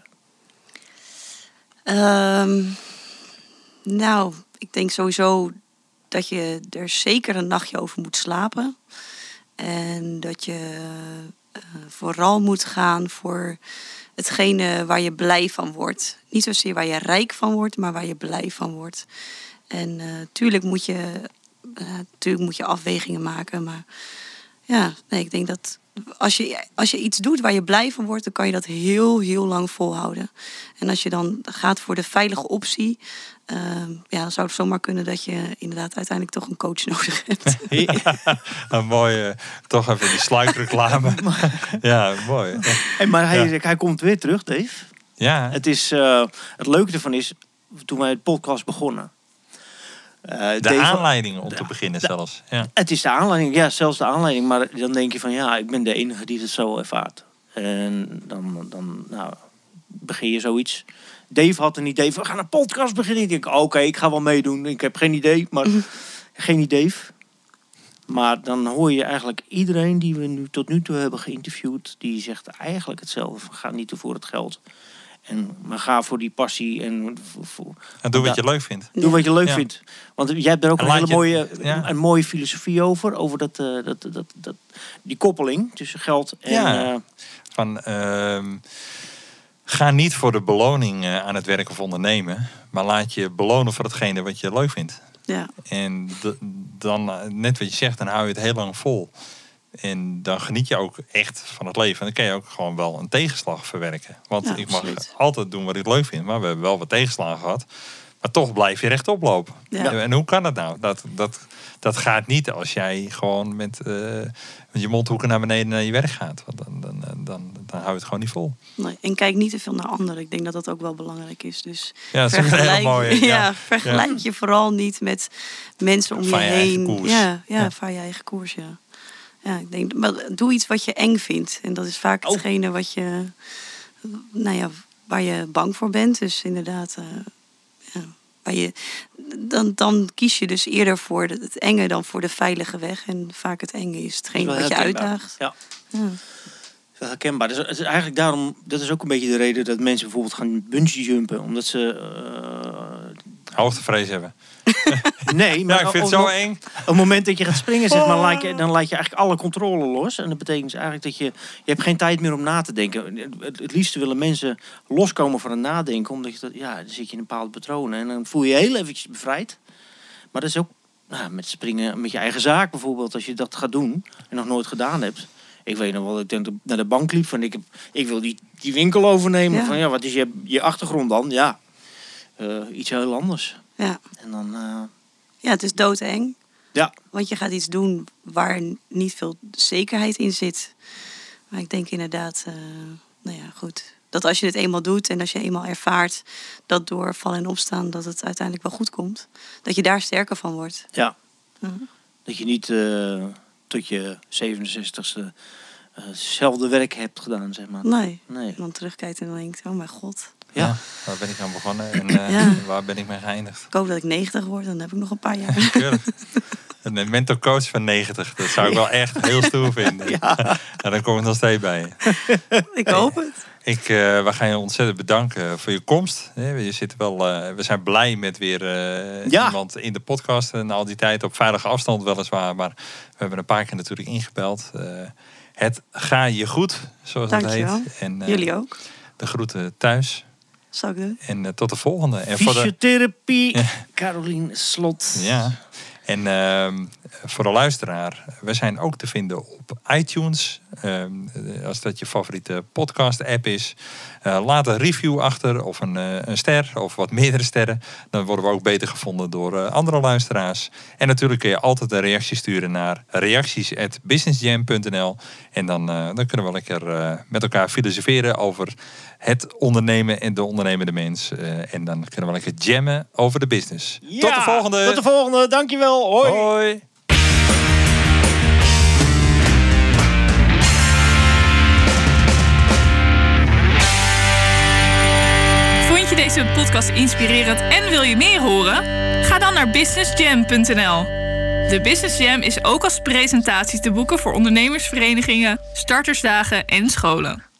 Speaker 4: Ik denk sowieso dat je er zeker een nachtje over moet slapen. En dat je vooral moet gaan voor hetgene waar je blij van wordt. Niet zozeer waar je rijk van wordt, maar waar je blij van wordt. En tuurlijk moet je afwegingen maken. Maar ik denk dat als je iets doet waar je blij van wordt, dan kan je dat heel, heel lang volhouden. En als je dan gaat voor de veilige optie, dan zou het zomaar kunnen dat je inderdaad uiteindelijk toch een coach nodig hebt.
Speaker 2: Een mooie, toch even die sluikreclame. Ja, mooi.
Speaker 1: Hey, maar hij komt weer terug, Dave.
Speaker 2: Ja.
Speaker 1: Het leuke ervan is, toen wij het podcast begonnen,
Speaker 2: De aanleiding om te beginnen zelfs. Ja.
Speaker 1: Het is de aanleiding, ja, zelfs de aanleiding. Maar dan denk je van, ja, ik ben de enige die het zo ervaart. En dan begin je zoiets. Dave had een idee van, we gaan een podcast beginnen. Ik denk, oké, ik ga wel meedoen. Ik heb geen idee, maar geen idee. Maar dan hoor je eigenlijk iedereen die we tot nu toe hebben geïnterviewd, die zegt eigenlijk hetzelfde. Ga niet te voor het geld. Maar ga voor die passie. En
Speaker 2: doe wat je leuk vindt.
Speaker 1: Doe wat je leuk vindt. Want jij hebt er ook een hele mooie filosofie over. Over die koppeling tussen geld en...
Speaker 2: Ga niet voor de beloning aan het werk of ondernemen. Maar laat je belonen voor hetgene wat je leuk vindt.
Speaker 4: Ja.
Speaker 2: En dan, net wat je zegt, dan hou je het heel lang vol. En dan geniet je ook echt van het leven. En dan kan je ook gewoon wel een tegenslag verwerken. Want ik mag altijd doen wat ik leuk vind. Maar we hebben wel wat tegenslagen gehad. Maar toch blijf je rechtop lopen. Ja. En hoe kan dat nou? Dat gaat niet als jij gewoon met je mondhoeken naar beneden naar je werk gaat. Want dan hou je het gewoon niet vol.
Speaker 4: Nee, en kijk niet te veel naar anderen. Ik denk dat dat ook wel belangrijk is. Dus
Speaker 2: dat is heel mooi.
Speaker 4: Vergelijk je vooral niet met mensen om je heen. Vaar je eigen koers, Ja, ik denk, maar doe iets wat je eng vindt. En dat is vaak hetgene wat je, waar je bang voor bent. Dus inderdaad, dan kies je dus eerder voor het enge dan voor de veilige weg. En vaak het enge is hetgene wat je uitdaagt.
Speaker 1: Ja. Wel herkenbaar. Dus het is eigenlijk daarom, dat is ook een beetje de reden dat mensen bijvoorbeeld gaan bungee jumpen. Omdat ze...
Speaker 2: hoogtevrees hebben.
Speaker 1: Nee, maar
Speaker 2: ik vind het zo eng.
Speaker 1: Op het moment dat je gaat springen, zeg maar, dan laat je eigenlijk alle controle los. En dat betekent dus eigenlijk dat je hebt geen tijd meer om na te denken. Het liefste willen mensen loskomen van het nadenken. Omdat je dan zit je in een bepaalde patronen. En dan voel je je heel eventjes bevrijd. Maar dat is ook met springen, met je eigen zaak bijvoorbeeld. Als je dat gaat doen en nog nooit gedaan hebt. Ik weet nog wel, ik denk naar de bank liep van ik wil die winkel overnemen. Ja. Van wat is je achtergrond dan? Ja, iets heel anders.
Speaker 4: Ja.
Speaker 1: En dan...
Speaker 4: het is doodeng.
Speaker 1: Ja.
Speaker 4: Want je gaat iets doen waar niet veel zekerheid in zit. Maar ik denk inderdaad, goed. Dat als je het eenmaal doet en als je eenmaal ervaart dat door vallen en opstaan, dat het uiteindelijk wel goed komt. Dat je daar sterker van wordt.
Speaker 1: Ja. Dat je niet tot je 67ste hetzelfde werk hebt gedaan, zeg maar.
Speaker 4: Nee. En dan terugkijkt en dan denkt, oh mijn god.
Speaker 1: Ja.
Speaker 2: Waar ben ik aan begonnen en waar ben ik mee geëindigd?
Speaker 4: Ik hoop dat ik 90 word, dan heb ik nog een paar jaar.
Speaker 2: Een mentorcoach van 90, dat zou ik wel echt heel stoer vinden. Ja. Dan kom ik nog steeds bij je.
Speaker 4: Ik hoop het.
Speaker 2: We gaan je ontzettend bedanken voor je komst. We zijn blij met weer iemand in de podcast. Na al die tijd op veilige afstand weliswaar. Maar we hebben een paar keer natuurlijk ingebeld. Het ga je goed, zoals het heet. En,
Speaker 4: jullie ook.
Speaker 2: De groeten thuis.
Speaker 4: Zal ik doen.
Speaker 2: En tot de volgende. En
Speaker 1: Fysiotherapie, Carolien Slot.
Speaker 2: Ja. En voor de luisteraar, we zijn ook te vinden op iTunes. Als dat je favoriete podcast-app is. Laat een review achter of een ster of wat meerdere sterren. Dan worden we ook beter gevonden door andere luisteraars. En natuurlijk kun je altijd een reactie sturen naar reacties@businessjam.nl. En dan kunnen we lekker met elkaar filosoferen over het ondernemen en de ondernemende mens. En dan kunnen we lekker jammen over de business.
Speaker 1: Ja,
Speaker 2: tot de volgende.
Speaker 1: Tot de volgende. Dankjewel. Hoi.
Speaker 2: Hoi.
Speaker 3: Vond je deze podcast inspirerend en wil je meer horen? Ga dan naar businessjam.nl. De Business Jam is ook als presentatie te boeken voor ondernemersverenigingen, startersdagen en scholen.